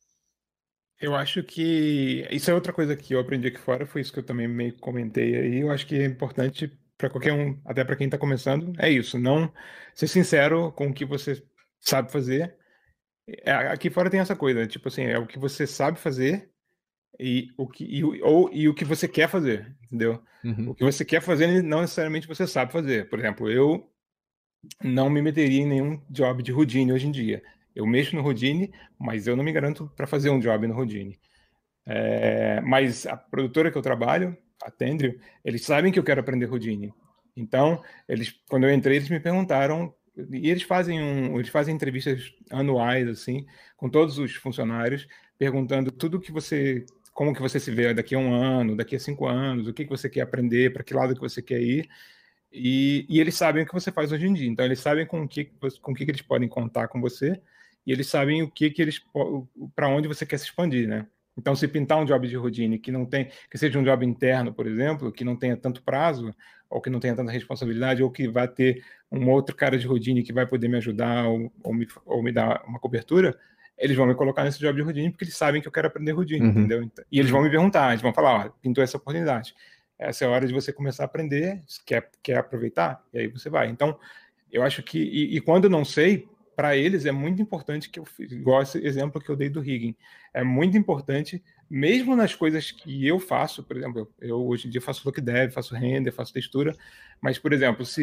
Eu acho que isso é outra coisa que eu aprendi aqui fora, foi isso que eu também meio que comentei aí. Eu acho que é importante para qualquer um, até para quem está começando, é isso, não ser sincero com o que você sabe fazer. Aqui fora tem essa coisa, tipo assim, é o que você sabe fazer e o que você quer fazer, entendeu? Uhum. O que você quer fazer não necessariamente você sabe fazer. Por exemplo, eu não me meteria em nenhum job de Houdini hoje em dia. Eu mexo no Houdini, mas eu não me garanto para fazer um job no Houdini. Mas a produtora que eu trabalho, a Tendrio, eles sabem que eu quero aprender Houdini. Então, quando eu entrei, eles me perguntaram, e eles fazem entrevistas anuais assim, com todos os funcionários, perguntando tudo como que você se vê daqui a um ano, daqui a 5 anos, o que você quer aprender, para que lado que você quer ir. E eles sabem o que você faz hoje em dia. Então, eles sabem com o que eles podem contar com você e eles sabem para onde você quer se expandir, né? Então, se pintar um job de Houdini que seja um job interno, por exemplo, que não tenha tanto prazo, ou que não tenha tanta responsabilidade, ou que vai ter um outro cara de Houdini que vai poder me ajudar ou me dar uma cobertura, eles vão me colocar nesse job de Houdini porque eles sabem que eu quero aprender Houdini, Uhum. entendeu? E eles vão me perguntar, eles vão falar, ó, pintou essa oportunidade. Essa é a hora de você começar a aprender, quer aproveitar, e aí você vai. Então, eu acho que, e quando eu não sei, para eles é muito importante igual esse exemplo que eu dei do rigging, é muito importante, mesmo nas coisas que eu faço, por exemplo, eu hoje em dia faço look dev, faço render, faço textura, mas, por exemplo, se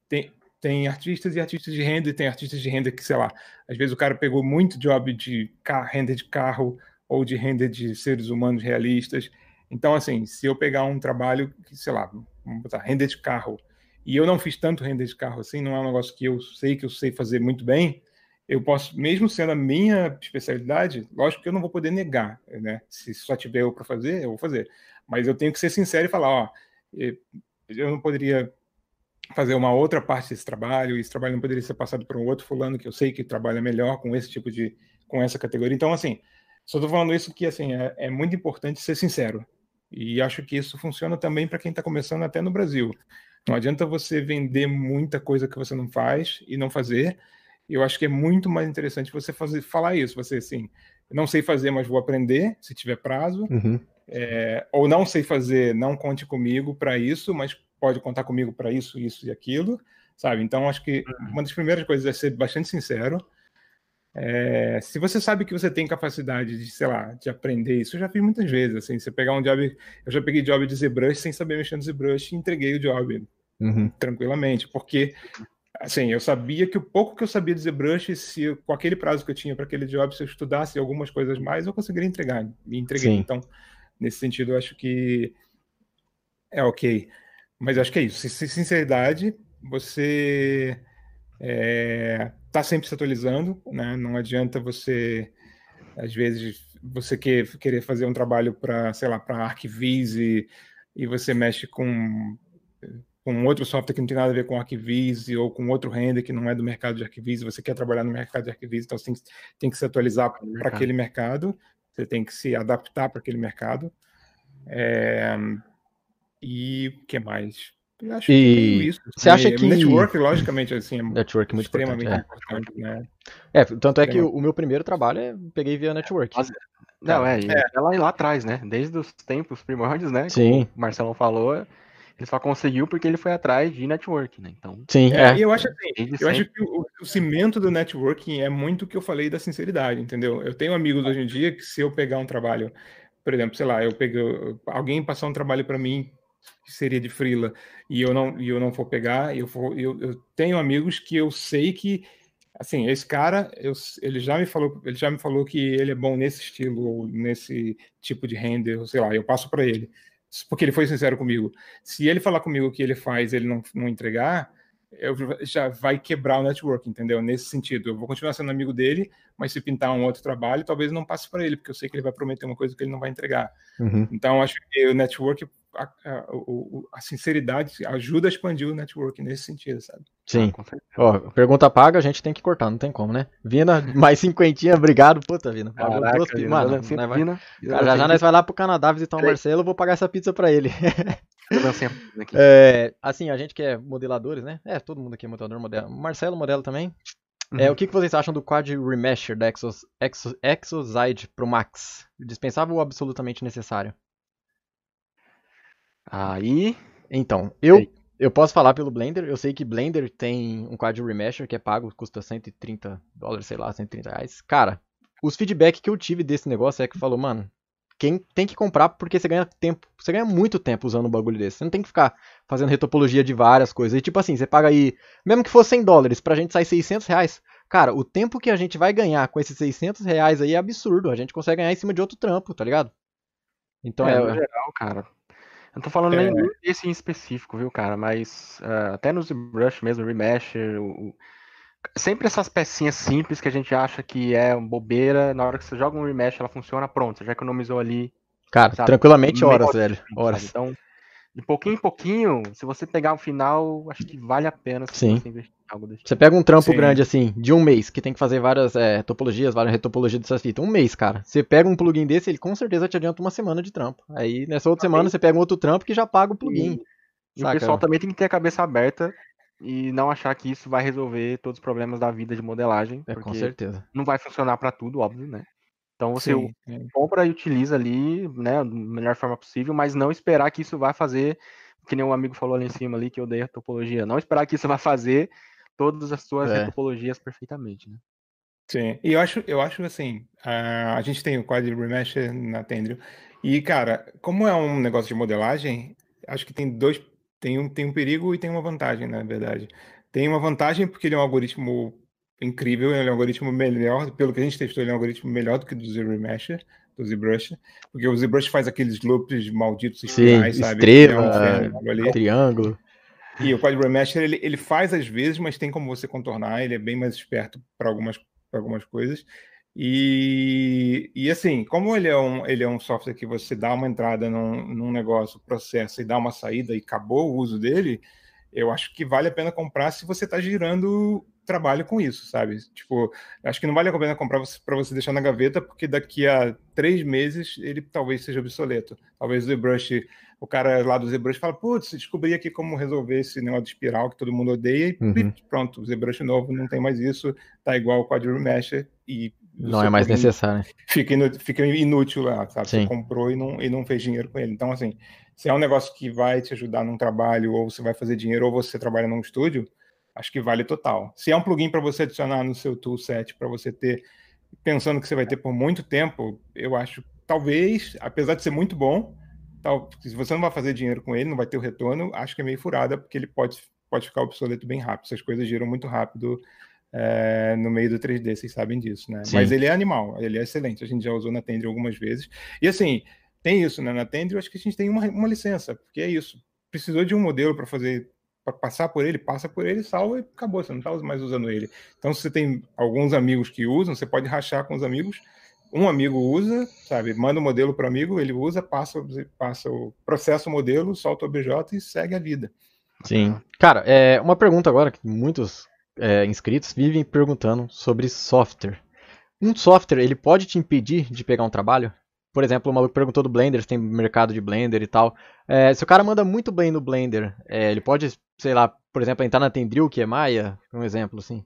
tem artistas e artistas de render, tem artistas de render que, sei lá, às vezes o cara pegou muito job de render de carro ou de render de seres humanos realistas. Então, assim, se eu pegar um trabalho, sei lá, vamos botar render de carro, e eu não fiz tanto render de carro assim, não é um negócio que eu sei fazer muito bem, eu posso, mesmo sendo a minha especialidade, lógico que eu não vou poder negar, né? Se só tiver eu para fazer, eu vou fazer. Mas eu tenho que ser sincero e falar, ó, eu não poderia fazer uma outra parte desse trabalho, e esse trabalho não poderia ser passado para um outro fulano que eu sei que trabalha melhor com esse tipo com essa categoria. Então, assim, só estou falando isso que, assim, é muito importante ser sincero. E acho que isso funciona também para quem está começando até no Brasil. Não adianta você vender muita coisa que você não faz e não fazer. Eu acho que é muito mais interessante você falar isso. Você, assim, não sei fazer, mas vou aprender, se tiver prazo. Uhum. Ou não sei fazer, não conte comigo para isso, mas pode contar comigo para isso, isso e aquilo, sabe? Então, acho que uma das primeiras coisas é ser bastante sincero. Se você sabe que você tem capacidade de, sei lá, de aprender isso, eu já fiz muitas vezes, assim, você pegar um job, eu já peguei job de ZBrush sem saber mexer no ZBrush e entreguei o job tranquilamente, porque, assim, eu sabia que o pouco que eu sabia de ZBrush, com aquele prazo que eu tinha para aquele job, se eu estudasse algumas coisas mais, eu conseguiria entregar, e entreguei. Sim. Então, nesse sentido, eu acho que é ok. Mas eu acho que é isso, sinceridade, você tá sempre se atualizando, né? Não adianta você, às vezes, você querer fazer um trabalho para, sei lá, para ArcViz e você mexe com outro software que não tem nada a ver com ArcViz ou com outro render que não é do mercado de ArcViz, você quer trabalhar no mercado de ArcViz, então você tem que se atualizar para aquele mercado, você tem que se adaptar para aquele mercado. E o que mais? Eu acho que é meio isso. Você acha que... Network, logicamente, assim, network é muito extremamente importante, né? Tanto é que o meu primeiro trabalho peguei via network. Não, lá atrás, né? Desde os tempos primórdios, né? Sim. Como o Marcelo falou, ele só conseguiu porque ele foi atrás de network, né? Então, sim, E eu acho assim, que o cimento do networking é muito o que eu falei da sinceridade, entendeu? Eu tenho amigos hoje em dia que se eu pegar um trabalho, por exemplo, sei lá, alguém passar um trabalho para mim que seria de freela e eu não for pegar, eu tenho amigos que eu sei que, assim, esse cara, ele já me falou que ele é bom nesse estilo ou nesse tipo de render, ou sei lá, eu passo para ele, porque ele foi sincero comigo. Se ele falar comigo que ele faz, ele não entregar, já vai quebrar o network, entendeu? Nesse sentido, eu vou continuar sendo amigo dele, mas se pintar um outro trabalho, talvez não passe para ele, porque eu sei que ele vai prometer uma coisa que ele não vai entregar. Então, acho que o network, a sinceridade ajuda a expandir o network nesse sentido, sabe? Sim. Ó, pergunta paga, a gente tem que cortar, não tem como, né? Vina, mais 50, obrigado. Puta, Vina. Pagou Caraca, 2 pizzas. Mano, Vina, cara, já nós vai lá pro Canadá visitar o Marcelo, eu vou pagar essa pizza pra ele. Assim, a gente que é modeladores, né? Todo mundo aqui é modelador, modelo. Marcelo, modelo também. O que vocês acham do Quad Remasher da Exozide pro Max? Dispensável ou absolutamente necessário? Aí... Então, eu posso falar pelo Blender. Eu sei que Blender tem um Quad Remasher que é pago, custa $130, sei lá, R$130. Cara, os feedback que eu tive desse negócio é que falou, mano, quem tem que comprar porque você ganha tempo. Você ganha muito tempo usando um bagulho desse. Você não tem que ficar fazendo retopologia de várias coisas. E tipo assim, você paga aí, mesmo que fosse $100, pra gente sair R$600, cara, o tempo que a gente vai ganhar com esses R$600 aí é absurdo. A gente consegue ganhar em cima de outro trampo, tá ligado? Então no geral, cara. Eu não tô falando nem desse em específico, viu, cara? Mas até no ZBrush mesmo, Remasher, sempre essas pecinhas simples que a gente acha que é bobeira, na hora que você joga um Remesh, ela funciona, pronto, você já economizou ali. Cara, sabe, tranquilamente horas, velho. Horas. Sabe? Então, de pouquinho em pouquinho, se você pegar o final, acho que vale a pena se você investir em algo desse tipo. Você pega um trampo grande assim, de um mês, que tem que fazer várias topologias, várias retopologias dessas fitas. Um mês, cara. Você pega um plugin desse, ele com certeza te adianta uma semana de trampo. Aí, nessa outra semana, você pega um outro trampo que já paga o plugin. E o pessoal também tem que ter a cabeça aberta e não achar que isso vai resolver todos os problemas da vida de modelagem. Porque com certeza. não vai funcionar para tudo, óbvio, né? Então você compra e utiliza ali, né, da melhor forma possível, mas não esperar que isso vai fazer, que nem um amigo falou ali em cima ali, que eu odeio a topologia, não esperar que isso vai fazer todas as suas retopologias perfeitamente, né? Sim, e eu acho assim, a gente tem o Quad Remasher na Tendril, e cara, como é um negócio de modelagem, acho que tem um perigo e tem uma vantagem, na verdade. Tem uma vantagem porque ele é um algoritmo incrível, ele é um algoritmo melhor, pelo que a gente testou, ele é um algoritmo melhor do que do ZRemasher, do ZBrush, porque o ZBrush faz aqueles loops malditos espirais, sabe? Estrela, triângulo. E o Quad Remasher, ele faz às vezes, mas tem como você contornar, ele é bem mais esperto para algumas coisas. E assim, como ele é um software que você dá uma entrada num negócio, processa e dá uma saída e acabou o uso dele, eu acho que vale a pena comprar se você está girando trabalho com isso, sabe? Tipo, acho que não vale a pena comprar para você deixar na gaveta, porque daqui a 3 meses ele talvez seja obsoleto. Talvez o ZBrush, o cara lá do ZBrush fala, putz, descobri aqui como resolver esse negócio de espiral que todo mundo odeia e pronto, o ZBrush novo não tem mais isso, tá igual o Quad Remasher e não é mais necessário. Fica inútil lá, sabe? Sim. Você comprou e não fez dinheiro com ele. Então, assim, se é um negócio que vai te ajudar num trabalho, ou você vai fazer dinheiro, ou você trabalha num estúdio, acho que vale total. Se é um plugin para você adicionar no seu toolset, para você ter, pensando que você vai ter por muito tempo, eu acho, talvez, apesar de ser muito bom, se você não vai fazer dinheiro com ele, não vai ter o retorno, acho que é meio furada, porque ele pode ficar obsoleto bem rápido. Essas coisas giram muito rápido no meio do 3D, vocês sabem disso, né? Sim. Mas ele é animal, ele é excelente. A gente já usou na Tendril algumas vezes. E assim, tem isso, né? Na Tendril, acho que a gente tem uma licença, porque é isso. Precisou de um modelo para passar por ele, passa por ele, salva e acabou. Você não está mais usando ele. Então, se você tem alguns amigos que usam, você pode rachar com os amigos. Um amigo usa, sabe? Manda o modelo para o amigo, ele usa, processa o modelo, solta o OBJ e segue a vida. Sim. Cara, uma pergunta agora que muitos inscritos vivem perguntando sobre software. Um software, ele pode te impedir de pegar um trabalho? Por exemplo, o maluco perguntou do Blender, se tem mercado de Blender e tal. Se o cara manda muito bem no Blender, ele pode, sei lá, por exemplo, entrar na Tendril, que é Maya, um exemplo assim?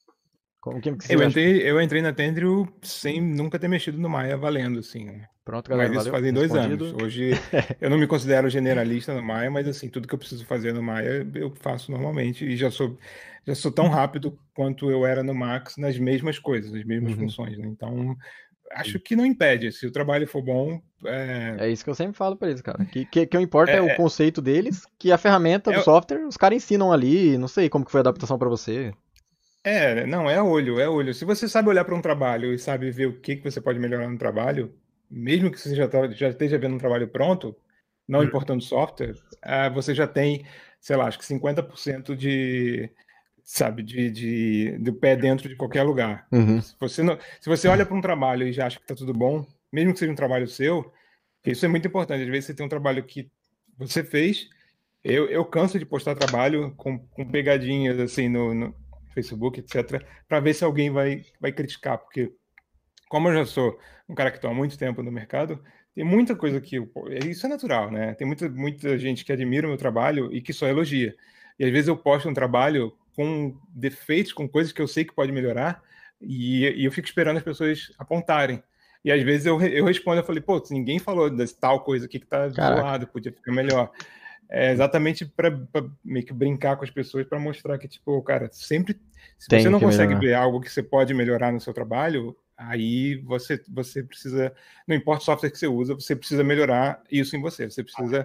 Eu entrei na Tendril sem nunca ter mexido no Maya valendo, assim. Pronto, galera, mas isso fazem 2 anos. Hoje eu não me considero generalista no Maya, mas assim, tudo que eu preciso fazer no Maya eu faço normalmente e já sou tão rápido quanto eu era no Max nas mesmas coisas, nas mesmas funções, né? Então, acho que não impede. Se o trabalho for bom... É isso que eu sempre falo para eles, cara. Que o importa é o conceito deles, que a ferramenta do software, os caras ensinam ali, não sei como que foi a adaptação para você. Não, é olho. Se você sabe olhar para um trabalho e sabe ver o que você pode melhorar no trabalho, mesmo que você já esteja vendo um trabalho pronto, não importando software, você já tem sei lá, acho que 50% sabe, do pé dentro de qualquer lugar. Se você olha para um trabalho e já acha que está tudo bom, mesmo que seja um trabalho seu, isso é muito importante. Às vezes você tem um trabalho que você fez, eu canso de postar trabalho com pegadinhas assim no Facebook, etc., para ver se alguém vai criticar, porque como eu já sou um cara que está há muito tempo no mercado, tem muita coisa que isso é natural, né? Tem muita gente que admira o meu trabalho e que só elogia. E às vezes eu posto um trabalho com defeitos, com coisas que eu sei que pode melhorar, e eu fico esperando as pessoas apontarem. E às vezes eu respondo, eu falei, pô, ninguém falou desse tal coisa aqui que tá zoado, podia ficar melhor. É exatamente para meio que brincar com as pessoas, para mostrar que, tipo, cara, sempre, se você não consegue ver algo que você pode melhorar no seu trabalho, aí você precisa, não importa o software que você usa, você precisa melhorar isso em você. Você precisa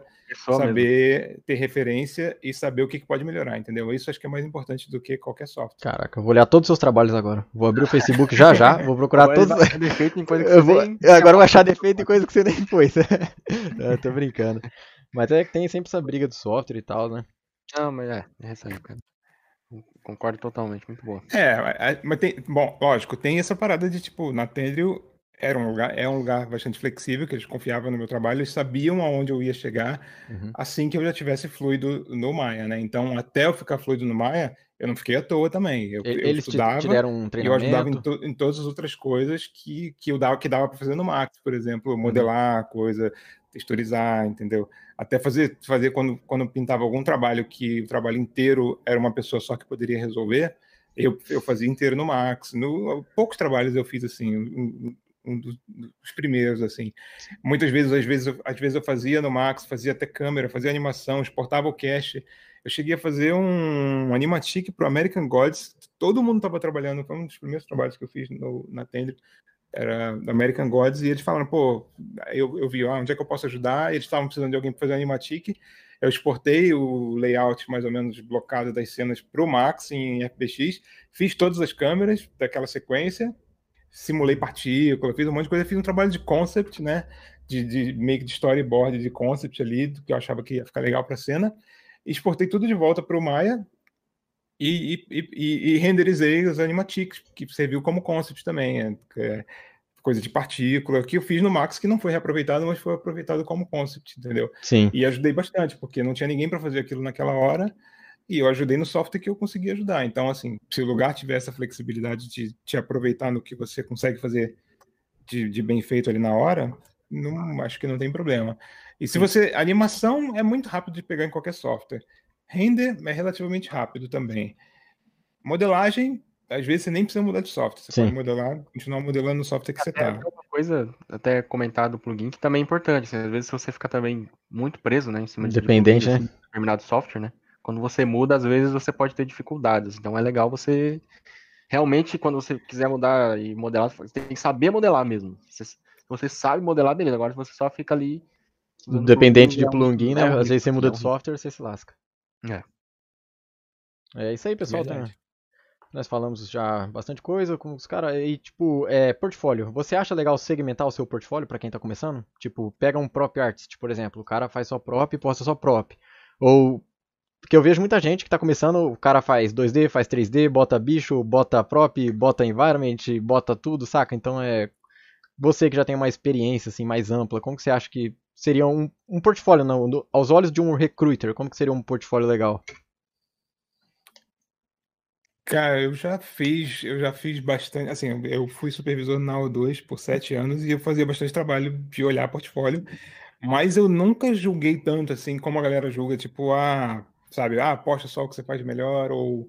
saber ter referência e saber o que pode melhorar, entendeu? Isso acho que é mais importante do que qualquer software. Caraca, eu vou olhar todos os seus trabalhos agora. Vou abrir o Facebook já, vou procurar todos. Defeito em coisa que você nem... Agora eu vou achar defeito em coisa que você nem pôs. Tô brincando. Mas é que tem sempre essa briga do software e tal, né? Não, mas é isso aí, cara. Concordo totalmente, muito boa. Mas tem, bom, lógico, tem essa parada de, tipo, na Tendrio é um lugar bastante flexível, que eles confiavam no meu trabalho, eles sabiam aonde eu ia chegar assim que eu já tivesse fluido no Maya, né? Então, até eu ficar fluido no Maya, eu não fiquei à toa também. Eu estudava te deram um e eu ajudava treinamento? em todas as outras coisas que dava para fazer no Max, por exemplo, modelar coisa, texturizar, entendeu? Até fazer quando eu pintava algum trabalho que o trabalho inteiro era uma pessoa só que poderia resolver, eu fazia inteiro no Max. Poucos trabalhos eu fiz assim, um dos primeiros, assim. Muitas vezes, às vezes eu fazia no Max, fazia até câmera, fazia animação, exportava o cache. Eu cheguei a fazer um animatic para o American Gods. Todo mundo estava trabalhando, foi um dos primeiros trabalhos que eu fiz na Tender, era American Gods, e eles falaram, pô, eu vi, onde é que eu posso ajudar? E eles estavam precisando de alguém para fazer animatic. Eu exportei o layout mais ou menos blocado das cenas para o Max em FBX, fiz todas as câmeras daquela sequência, simulei partícula, fiz um monte de coisa, fiz um trabalho de concept, né? De meio que de storyboard, de concept ali, do que eu achava que ia ficar legal para a cena. Exportei tudo de volta para o Maya e renderizei os animatics, que serviu como concept também. Coisa de partícula, que eu fiz no Max, que não foi reaproveitado, mas foi aproveitado como concept, entendeu? Sim. E ajudei bastante, porque não tinha ninguém para fazer aquilo naquela hora, e eu ajudei no software que eu consegui ajudar. Então, assim, se o lugar tiver essa flexibilidade de te aproveitar no que você consegue fazer de bem feito ali na hora, acho que não tem problema. E se você... Animação é muito rápido de pegar em qualquer software. Render é relativamente rápido também. Modelagem, às vezes você nem precisa mudar de software. Você pode modelar, continuar modelando no software que você está. Uma coisa, até comentar do plugin, que também é importante. Assim, às vezes você fica também muito preso, né, em cima de dependente, plugins, né? assim, de determinado software, né? Quando você muda, às vezes você pode ter dificuldades. Então é legal você realmente, quando você quiser mudar e modelar, você tem que saber modelar mesmo. Se você sabe modelar, beleza. Agora, se você só fica ali dependente de plugin, né? Às vezes você muda de software, você se lasca. É isso aí, pessoal. Nós falamos já bastante coisa com os caras. E, tipo, portfólio. Você acha legal segmentar o seu portfólio pra quem tá começando? Tipo, pega um prop artist, por exemplo. O cara faz só prop e posta só prop. Ou... Porque eu vejo muita gente que tá começando, o cara faz 2D, faz 3D, bota bicho, bota prop, bota environment, bota tudo, saca? Então você que já tem uma experiência assim mais ampla, como que você acha que seria um portfólio, aos olhos de um recruiter, como que seria um portfólio legal? Cara, eu já fiz bastante, assim, eu fui supervisor na O2 por 7 anos e eu fazia bastante trabalho de olhar portfólio, mas eu nunca julguei tanto assim como a galera julga, tipo, sabe, posta só o que você faz melhor, ou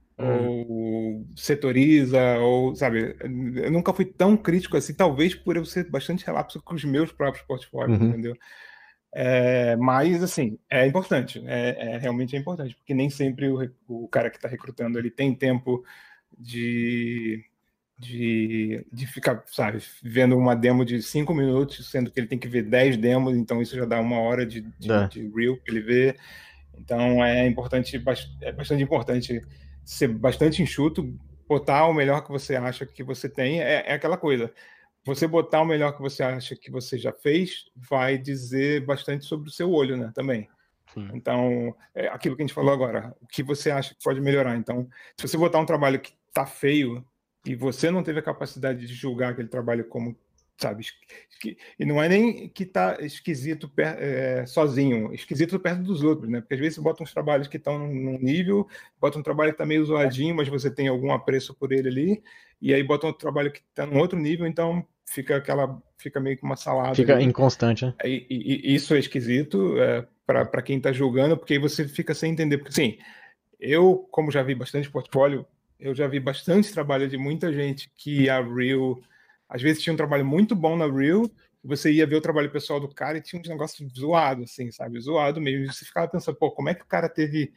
setoriza, ou, sabe, eu nunca fui tão crítico assim, talvez por eu ser bastante relapso com os meus próprios portfólios, entendeu? Mas, assim, é importante, realmente é importante, porque nem sempre o cara que está recrutando ele tem tempo de ficar, sabe, vendo uma demo de 5 minutos, sendo que ele tem que ver 10 demos, então isso já dá 1 hora de reel para ele ver. Então é bastante importante ser bastante enxuto, botar o melhor que você acha que você tem, é aquela coisa. Você botar o melhor que você acha que você já fez vai dizer bastante sobre o seu olho, né, também. Sim. Então, é aquilo que a gente falou agora, o que você acha que pode melhorar. Então, se você botar um trabalho que tá feio e você não teve a capacidade de julgar aquele trabalho como, sabe, e não é nem que tá esquisito sozinho, esquisito perto dos outros, né? Porque às vezes você bota uns trabalhos que estão num nível, bota um trabalho que tá meio zoadinho, mas você tem algum apreço por ele ali, e aí bota um trabalho que tá num outro nível, então fica meio que uma salada Fica ali. inconstante, né? E isso é esquisito para quem está julgando, porque aí você fica sem entender. Porque, assim, eu, como já vi bastante portfólio, eu já vi bastante trabalho de muita gente que a Reel, às vezes tinha um trabalho muito bom na Reel, você ia ver o trabalho pessoal do cara e tinha um negócio zoado, assim, sabe? Zoado mesmo. E você ficava pensando, pô, como é que o cara teve...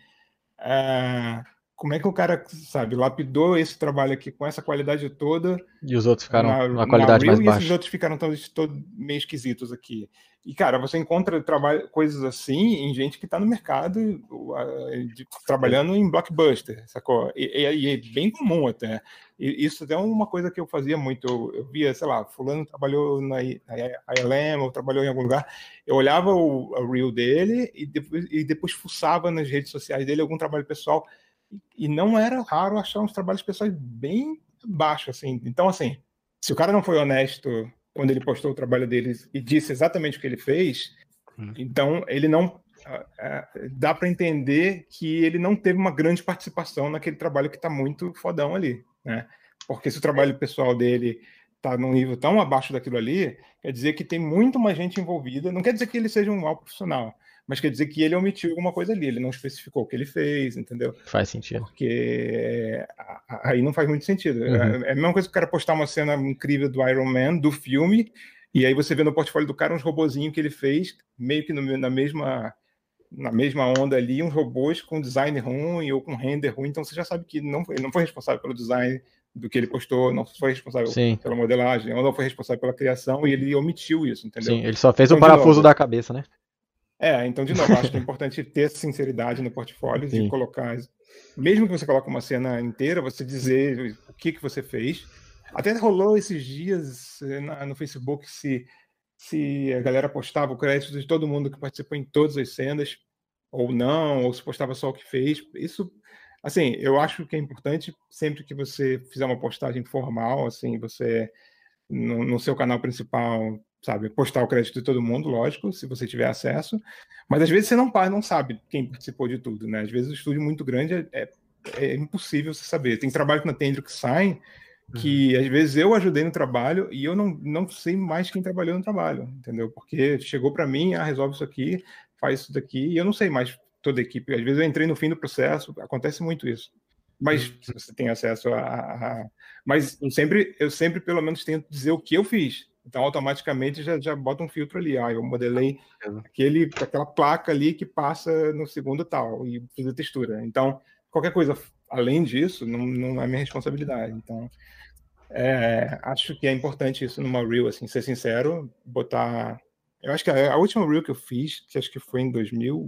como é que o cara, sabe, lapidou esse trabalho aqui com essa qualidade toda E os outros ficaram na numa qualidade Reel, mais e esses baixa. outros ficaram todos meio esquisitos aqui. E, cara, você encontra coisas assim em gente que está no mercado trabalhando em blockbuster, sacou? E é bem comum até. E isso até é uma coisa que eu fazia muito. Eu via, sei lá, fulano trabalhou na ILM, ou trabalhou em algum lugar. Eu olhava a Reel dele e depois fuçava nas redes sociais dele algum trabalho pessoal. E não era raro achar uns trabalhos pessoais bem baixos, assim. Então, assim, se o cara não foi honesto quando ele postou o trabalho dele e disse exatamente o que ele fez, então ele não... dá para entender que ele não teve uma grande participação naquele trabalho que está muito fodão ali, né? Porque se o trabalho pessoal dele está num nível tão abaixo daquilo ali, quer dizer que tem muito mais gente envolvida. Não quer dizer que ele seja um mau profissional, mas quer dizer que ele omitiu alguma coisa ali, ele não especificou o que ele fez, entendeu? Faz sentido. Porque aí não faz muito sentido. Uhum. É a mesma coisa que o cara postar uma cena incrível do Iron Man, do filme, e aí você vê no portfólio do cara uns robozinhos que ele fez, meio que na mesma onda ali, uns robôs com design ruim ou com render ruim, então você já sabe que ele não foi responsável pelo design do que ele postou, não foi responsável pela modelagem, ou não foi responsável pela criação, e ele omitiu isso, entendeu? Sim, ele só fez então, o parafuso da cabeça, né? Então, de novo, acho que é importante ter sinceridade no portfólio, de colocar, mesmo que você coloque uma cena inteira, você dizer o que você fez. Até rolou esses dias no Facebook se a galera postava o crédito de todo mundo que participou em todas as cenas, ou não, ou se postava só o que fez. Isso, assim, eu acho que é importante sempre que você fizer uma postagem formal, assim, você, no seu canal principal, sabe, postar o crédito de todo mundo, lógico, se você tiver acesso, mas às vezes você não sabe quem participou de tudo, né? Às vezes o estúdio muito grande é impossível você saber. Tem trabalho que na Tendrio que saem, que às vezes eu ajudei no trabalho e eu não sei mais quem trabalhou no trabalho, entendeu? Porque chegou para mim, resolve isso aqui, faz isso daqui, e eu não sei mais toda a equipe. Às vezes eu entrei no fim do processo, acontece muito isso. Mas se você tem acesso Mas eu sempre pelo menos tento dizer o que eu fiz. Então, automaticamente, já bota um filtro ali. Eu modelei aquela placa ali que passa no segundo tal, e fiz a textura. Então, qualquer coisa além disso, não é minha responsabilidade. Então, acho que é importante isso numa Reel, assim, ser sincero, botar... Eu acho que a última Reel que eu fiz, que acho que foi em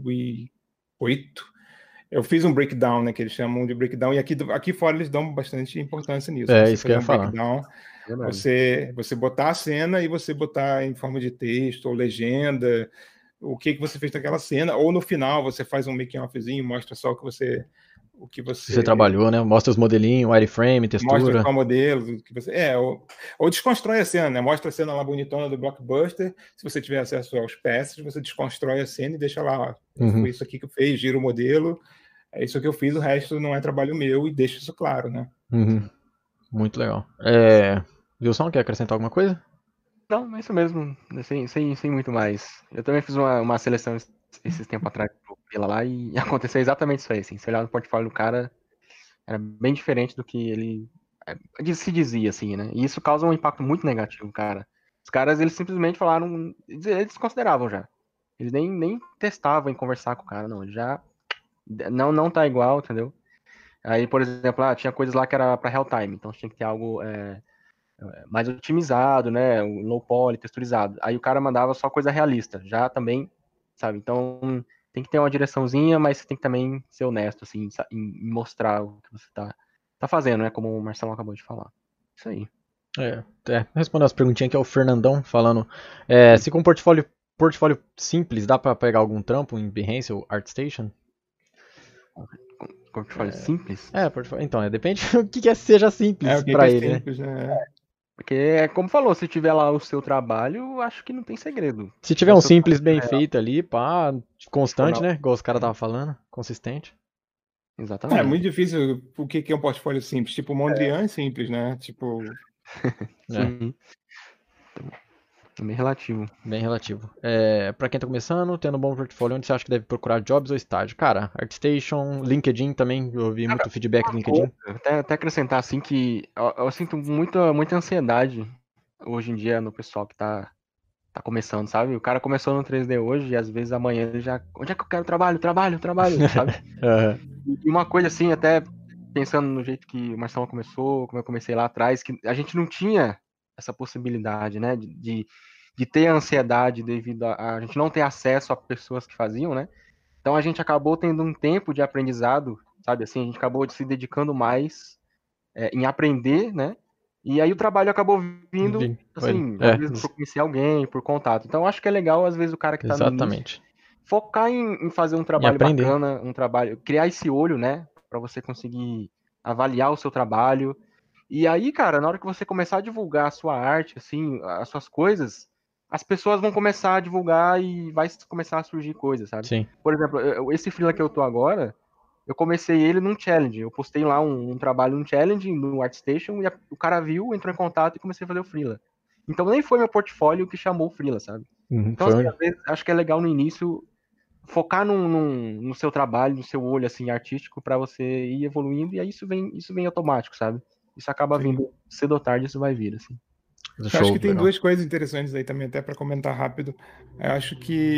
2008, eu fiz um breakdown, né, que eles chamam de breakdown, e aqui fora eles dão bastante importância nisso. Você isso que eu ia falar. Breakdown, você botar a cena e você botar em forma de texto ou legenda o que você fez naquela cena, ou no final você faz um making-offzinho, mostra só o que você trabalhou, né? Mostra os modelinhos, wireframe, textura. Mostra qual modelo que você... ou desconstrói a cena, né? Mostra a cena lá bonitona do blockbuster. Se você tiver acesso aos peças, você desconstrói a cena e deixa lá. Foi isso aqui que eu fiz, gira o modelo. É isso que eu fiz, o resto não é trabalho meu, e deixa isso claro, né? Muito legal. Wilson, quer acrescentar alguma coisa? Não, é isso mesmo. Sem muito mais. Eu também fiz uma seleção esses tempos atrás pela lá e aconteceu exatamente isso aí. Assim. Se olhar no portfólio do cara, era bem diferente do que ele se dizia, assim, né? E isso causa um impacto muito negativo, cara. Os caras, eles simplesmente falaram... Eles consideravam já. Eles nem testavam em conversar com o cara, não. Já... Não tá igual, entendeu? Aí, por exemplo, tinha coisas lá que era para real time, então tinha que ter algo mais otimizado, né? Low poly, texturizado. Aí o cara mandava só coisa realista, já também, sabe? Então tem que ter uma direçãozinha, mas você tem que também ser honesto, assim, em mostrar o que você tá fazendo, né? Como o Marcelo acabou de falar. Isso aí. Respondendo as perguntinhas aqui, é o Fernandão falando, se com um portfólio portfólio simples, dá pra pegar algum trampo em Behance ou ArtStation? Portfólio simples? Portfólio. Então, depende do que seja simples pra ele, né? Simples, né? Porque, como falou, se tiver lá o seu trabalho, acho que não tem segredo. Se tiver um simples bem feito ali, pá, constante, Não. né? Igual os caras estavam falando, consistente. Exatamente. É muito difícil. O que é um portfólio simples? Tipo, o Mondrian é simples, né? Tipo, Sim. É bem relativo. Bem relativo. Pra quem tá começando, tendo um bom portfólio, onde você acha que deve procurar jobs ou estágio? Cara, ArtStation, LinkedIn também, eu ouvi muito feedback do LinkedIn. Até acrescentar assim que eu sinto muita ansiedade hoje em dia no pessoal que tá começando, sabe? O cara começou no 3D hoje e às vezes amanhã ele já. Onde é que eu quero trabalho, sabe? E uma coisa assim, até pensando no jeito que o Marcelo começou, como eu comecei lá atrás, que a gente não tinha essa possibilidade, né? De ter ansiedade devido a gente não ter acesso a pessoas que faziam, né? Então a gente acabou tendo um tempo de aprendizado, sabe? Assim, a gente acabou se dedicando mais em aprender, né? E aí o trabalho acabou vindo, assim, às vezes por conhecer alguém, por contato. Então acho que é legal, às vezes, o cara que tá no início, focar em fazer um trabalho bacana, criar esse olho, né? Pra você conseguir avaliar o seu trabalho. E aí, cara, na hora que você começar a divulgar a sua arte, assim, as suas coisas, as pessoas vão começar a divulgar e vai começar a surgir coisas, sabe? Sim. Por exemplo, esse freela que eu tô agora, eu comecei ele num challenge. Eu postei lá um trabalho num challenge no ArtStation e o cara viu, entrou em contato e comecei a fazer o freela. Então nem foi meu portfólio que chamou o freela, sabe? Então, assim, às vezes, acho que é legal no início focar no seu trabalho, no seu olho assim artístico para você ir evoluindo e aí isso vem automático, sabe? Isso acaba vindo cedo ou tarde, isso vai vir assim. Eu acho que tem duas coisas interessantes aí também, até para comentar rápido. Eu acho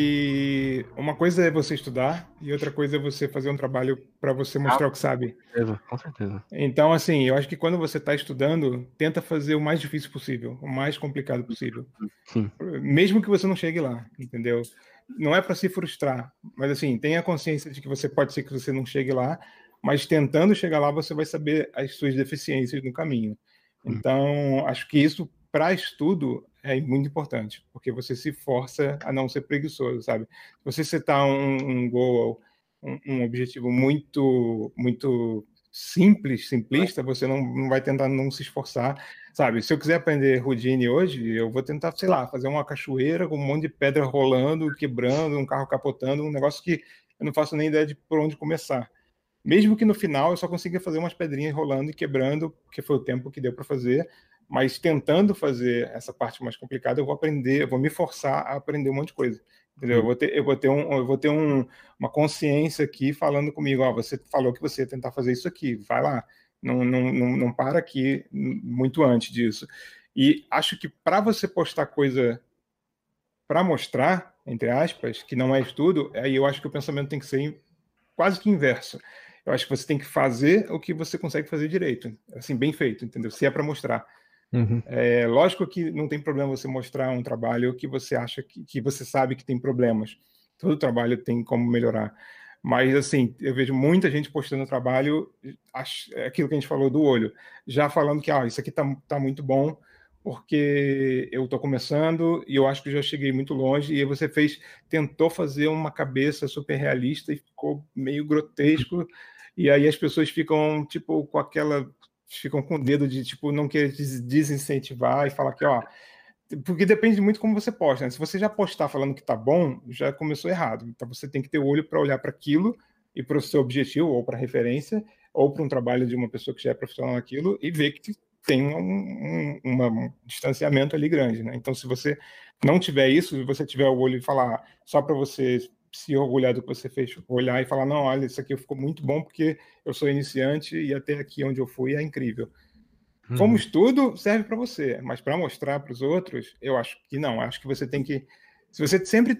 que uma coisa é você estudar e outra coisa é você fazer um trabalho para você mostrar o que sabe. Com certeza. Então, assim, eu acho que quando você está estudando, tenta fazer o mais difícil possível, o mais complicado possível. Sim. Mesmo que você não chegue lá, entendeu? Não é para se frustrar, mas assim, tenha consciência de que você pode ser que você não chegue lá, mas tentando chegar lá, você vai saber as suas deficiências no caminho. Então, acho que isso para estudo é muito importante, porque você se força a não ser preguiçoso, sabe? Se você setar um goal, um objetivo muito simplista, você não vai tentar não se esforçar, sabe? Se eu quiser aprender Houdini hoje, eu vou tentar, sei lá, fazer uma cachoeira com um monte de pedra rolando, quebrando, um carro capotando, um negócio que eu não faço nem ideia de por onde começar. Mesmo que no final eu só consiga fazer umas pedrinhas rolando e quebrando, porque foi o tempo que deu para fazer, mas tentando fazer essa parte mais complicada, eu vou aprender, eu vou me forçar a aprender um monte de coisa. Entendeu? Eu vou ter uma consciência aqui falando comigo, ó, você falou que você ia tentar fazer isso aqui, vai lá, não para aqui muito antes disso. E acho que para você postar coisa para mostrar, entre aspas, que não é estudo, aí eu acho que o pensamento tem que ser quase que inverso. Eu acho que você tem que fazer o que você consegue fazer direito, assim, bem feito, entendeu? Se é para mostrar. É lógico que não tem problema você mostrar um trabalho que você acha que você sabe que tem problemas. Todo trabalho tem como melhorar. Mas, assim, eu vejo muita gente postando trabalho, aquilo que a gente falou do olho, já falando que isso aqui tá muito bom, porque eu estou começando e eu acho que já cheguei muito longe. E você tentou fazer uma cabeça super realista e ficou meio grotesco. E aí as pessoas ficam, tipo, ficam com o dedo de, tipo, não querer desincentivar e falar que, porque depende muito como você posta, né? Se você já postar falando que tá bom, já começou errado. Então você tem que ter o olho para olhar para aquilo e para o seu objetivo, ou para referência, ou para um trabalho de uma pessoa que já é profissional naquilo e ver que tem um distanciamento ali grande, né? Então, se você não tiver isso, se você tiver o olho e falar só para você se orgulhar do que você fez, olhar e falar, não, olha, isso aqui ficou muito bom porque eu sou iniciante e até aqui onde eu fui é incrível. Como estudo, serve para você, mas para mostrar para os outros, eu acho que não. Acho que você tem que... Se você sempre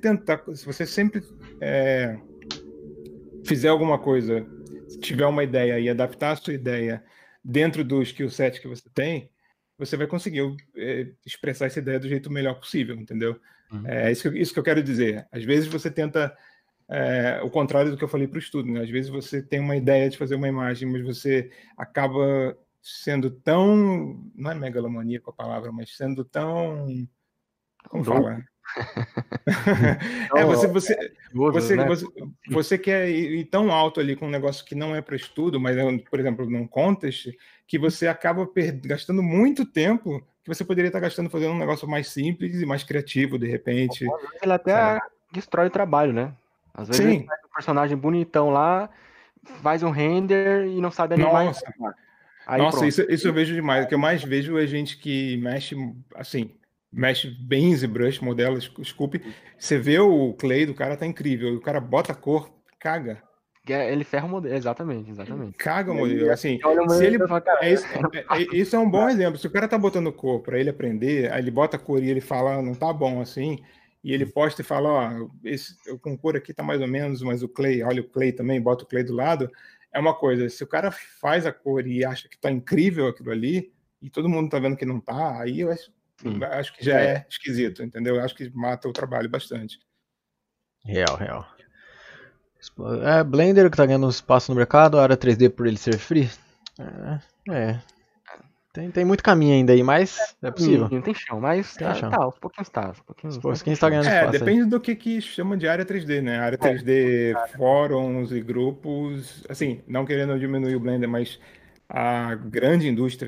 fizer alguma coisa, se tiver uma ideia e adaptar a sua ideia dentro do skill set que você tem, você vai conseguir expressar essa ideia do jeito melhor possível, entendeu? É isso que eu quero dizer. Às vezes você tenta... o contrário do que eu falei para o estudo, né? Às vezes você tem uma ideia de fazer uma imagem, mas você acaba sendo tão... Não é megalomaníaco a palavra, mas sendo tão... Como fala? Você quer ir tão alto ali com um negócio que não é para estudo, mas é, por exemplo, num contest, que você acaba gastando muito tempo que você poderia estar gastando fazendo um negócio mais simples e mais criativo, de repente. Às vezes ele até destrói o trabalho, né? Às vezes ele faz um personagem bonitão lá, faz um render e não sabe animar. Nossa, isso eu vejo demais. O que eu mais vejo é gente que mexe, assim, mexe bem em ZBrush, modela, desculpe. Você vê o clay do cara, tá incrível. O cara bota a cor, caga. Ele ferra o modelo, exatamente. Caga o modelo, assim. Se ele, isso é um bom exemplo. Se o cara tá botando cor para ele aprender, aí ele bota a cor e ele fala, não tá bom assim, e ele posta e fala, ó, esse com cor aqui tá mais ou menos, mas o clay, olha o clay também, bota o clay do lado. É uma coisa, se o cara faz a cor e acha que tá incrível aquilo ali, e todo mundo tá vendo que não tá, aí eu acho que já é esquisito, entendeu? Eu acho que mata o trabalho bastante. Real. Blender que tá ganhando espaço no mercado, a área 3D por ele ser free. Tem muito caminho ainda aí, mas é possível. Não tem chão, mas aos pouquinhos tá. Pouquinho tá ganhando espaço. Depende do que chama de área 3D, né? Área 3D, fóruns e grupos, assim, não querendo diminuir o Blender, mas a grande indústria,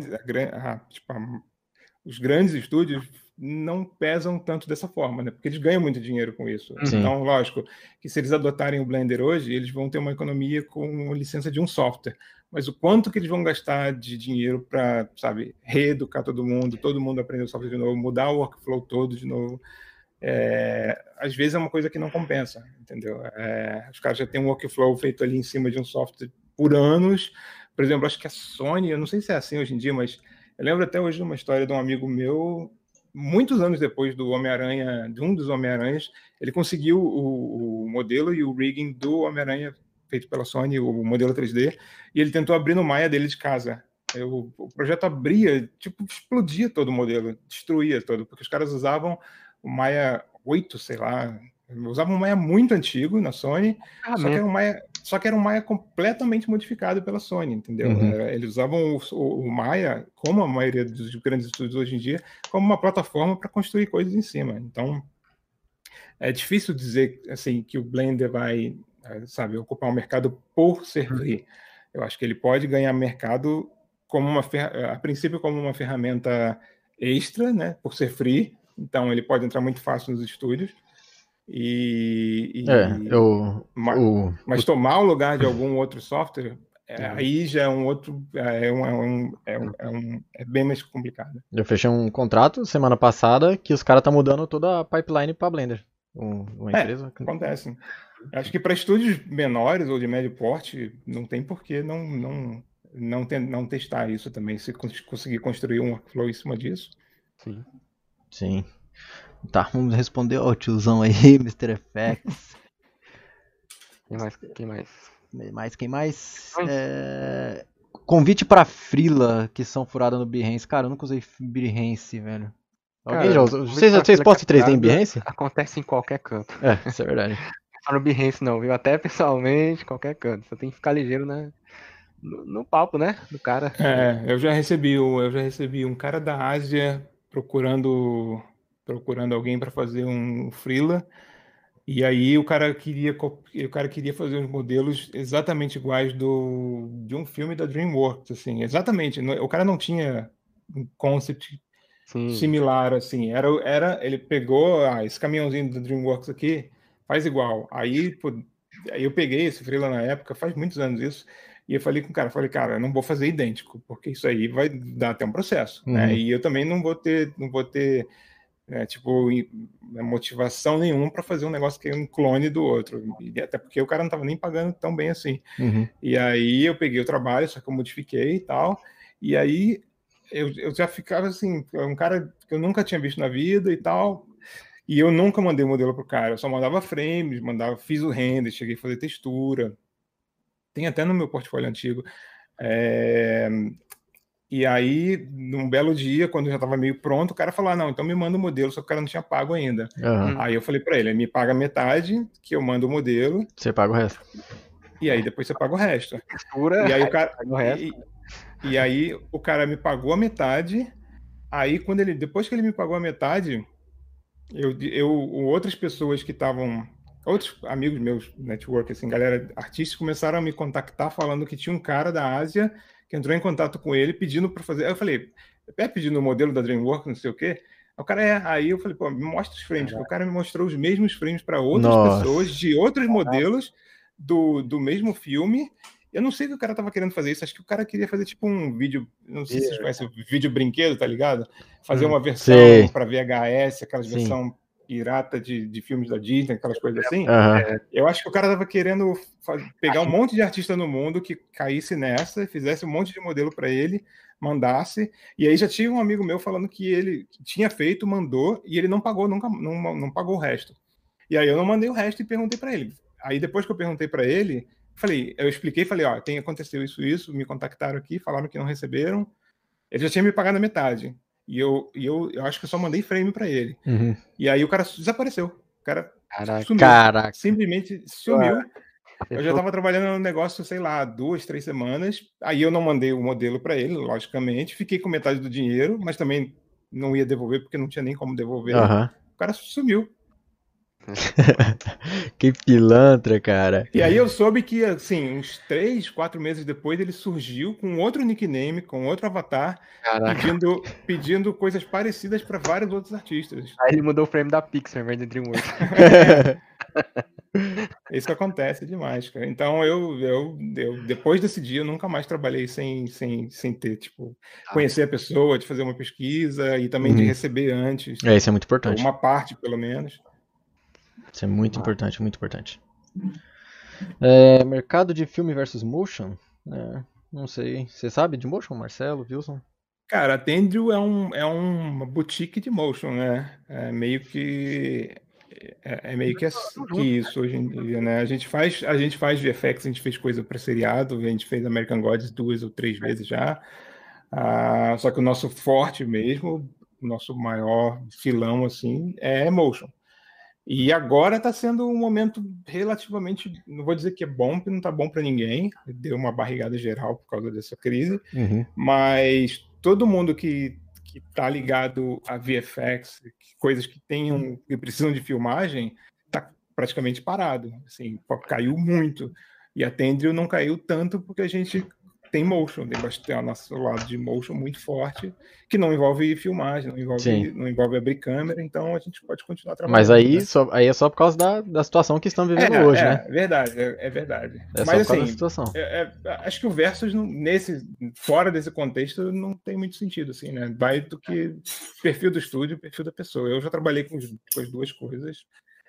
os grandes estúdios não pesam tanto dessa forma, né? Porque eles ganham muito dinheiro com isso. Sim. Então, lógico, que se eles adotarem o Blender hoje, eles vão ter uma economia com licença de um software. Mas o quanto que eles vão gastar de dinheiro para, sabe, reeducar todo mundo aprender o software de novo, mudar o workflow todo de novo, às vezes é uma coisa que não compensa, entendeu? Os caras já têm um workflow feito ali em cima de um software por anos. Por exemplo, acho que a Sony, eu não sei se é assim hoje em dia, mas eu lembro até hoje de uma história de um amigo meu, muitos anos depois do Homem-Aranha, de um dos Homem-Aranhas, ele conseguiu o modelo e o rigging do Homem-Aranha feito pela Sony, o modelo 3D, e ele tentou abrir no Maya dele de casa. O projeto abria, tipo, explodia todo o modelo, destruía todo, porque os caras usavam o Maya 8, sei lá, usavam um Maya muito antigo na Sony, só que era um Maya completamente modificado pela Sony, entendeu? Eles usavam o Maya, como a maioria dos grandes estúdios hoje em dia, como uma plataforma para construir coisas em cima. Então, é difícil dizer assim que o Blender vai, sabe, ocupar um mercado por ser free. Eu acho que ele pode ganhar mercado como a princípio como uma ferramenta extra, né, por ser free. Então, ele pode entrar muito fácil nos estúdios. Mas tomar o lugar de algum outro software, aí já é um outro, é bem mais complicado. Eu fechei um contrato semana passada que os caras estão mudando toda a pipeline para Blender. Uma empresa. Acontece. Acho que para estúdios menores ou de médio porte, não tem por que não testar isso também, se conseguir construir um workflow em cima disso. Sim. Tá, vamos responder ao tiozão aí, Mr. FX. Quem mais? Convite pra Freela, que são furadas no Behance. Cara, eu nunca usei Behance, velho. Alguém já usou? Vocês postam 3D em Behance? Acontece em qualquer canto. Isso é verdade. Só no Behance não, viu? Até pessoalmente, qualquer canto. Você tem que ficar ligeiro no papo, né? Do cara. Eu já recebi um cara da Ásia procurando alguém para fazer um freela, e aí o cara queria fazer uns modelos exatamente iguais de um filme da DreamWorks, assim, exatamente. O cara não tinha um concept similar, assim. Ele pegou esse caminhãozinho da DreamWorks aqui, faz igual. Aí eu peguei esse freela na época, faz muitos anos isso, e eu falei com o cara, cara, eu não vou fazer idêntico, porque isso aí vai dar até um processo, né? E eu também não vou ter motivação nenhuma para fazer um negócio que é um clone do outro, e até porque o cara não estava nem pagando tão bem assim. E aí eu peguei o trabalho, só que eu modifiquei e tal, e aí eu já ficava assim, um cara que eu nunca tinha visto na vida e tal, e eu nunca mandei o modelo pro cara, eu só mandava frames, fiz o render, cheguei a fazer textura, tem até no meu portfólio antigo. E aí, num belo dia, quando já estava meio pronto, o cara falou, não, então me manda o modelo, só que o cara não tinha pago ainda. Aí eu falei para ele, me paga metade, que eu mando o modelo. Você paga o resto. E aí depois você paga o resto. E aí o cara... E aí o cara me pagou a metade. Aí depois que ele me pagou a metade, Outras pessoas que estavam, outros amigos meus, network, assim, galera, artistas, começaram a me contactar falando que tinha um cara da Ásia que entrou em contato com ele pedindo para fazer. Aí eu falei, pedindo o modelo da DreamWorks, não sei o quê. O cara aí eu falei, pô, me mostra os frames, porque o cara me mostrou os mesmos frames para outras pessoas de outros modelos do mesmo filme. Eu não sei que o cara tava querendo fazer isso, acho que o cara queria fazer tipo um vídeo, não sei se vocês conhecem o vídeo brinquedo, tá ligado? Fazer uma versão para VHS, aquelas versão pirata de filmes da Disney, aquelas coisas assim. Eu acho que o cara tava querendo pegar um monte de artista no mundo que caísse nessa, fizesse um monte de modelo para ele, mandasse, e aí já tinha um amigo meu falando que ele tinha feito, mandou, e ele não pagou, nunca não pagou o resto. E aí eu não mandei o resto e perguntei para ele. Aí depois que eu perguntei para ele, eu expliquei, falei, ó, aconteceu isso, me contactaram aqui, falaram que não receberam, ele já tinha me pagado a metade. E eu acho que eu só mandei frame para ele. Uhum. E aí o cara desapareceu. O cara sumiu. Caraca. Simplesmente sumiu. Eu já estava trabalhando no negócio, sei lá, 2, 3 semanas. Aí eu não mandei o modelo para ele, logicamente. Fiquei com metade do dinheiro, mas também não ia devolver porque não tinha nem como devolver. O cara sumiu. Que pilantra, cara. E aí eu soube que, assim, uns 3, 4 meses depois, ele surgiu com outro nickname, com outro avatar, pedindo coisas parecidas para vários outros artistas. Aí ele mudou o frame da Pixar, ao invés de DreamWorks. Isso acontece demais, cara. Então, eu depois desse dia, eu nunca mais trabalhei sem ter, tipo, conhecer a pessoa, de fazer uma pesquisa e também de receber antes. Isso é muito importante. Uma parte, pelo menos. Isso é muito importante, muito importante. Mercado de filme versus motion? Não sei. Você sabe de motion, Marcelo, Wilson? Cara, a Tendril é uma boutique de motion, né? É meio que isso hoje em dia, né? A gente faz VFX, a gente fez coisa para seriado, a gente fez American Gods 2 ou 3 vezes já. Só que o nosso forte mesmo, o nosso maior filão, assim, é motion. E agora está sendo um momento relativamente, não vou dizer que é bom, porque não está bom para ninguém, deu uma barrigada geral por causa dessa crise, mas todo mundo que está ligado a VFX, coisas que precisam de filmagem, está praticamente parado, assim, caiu muito. E a Tendril não caiu tanto porque a gente tem motion, tem o nosso lado de motion muito forte, que não envolve filmagem, não envolve abrir câmera, então a gente pode continuar trabalhando. Mas aí, aí é só por causa da situação que estamos vivendo hoje, né? É verdade. É mas só por causa assim, da situação. Acho que o Versus, fora desse contexto, não tem muito sentido, assim, né? Vai do que perfil do estúdio, perfil da pessoa. Eu já trabalhei com as duas coisas.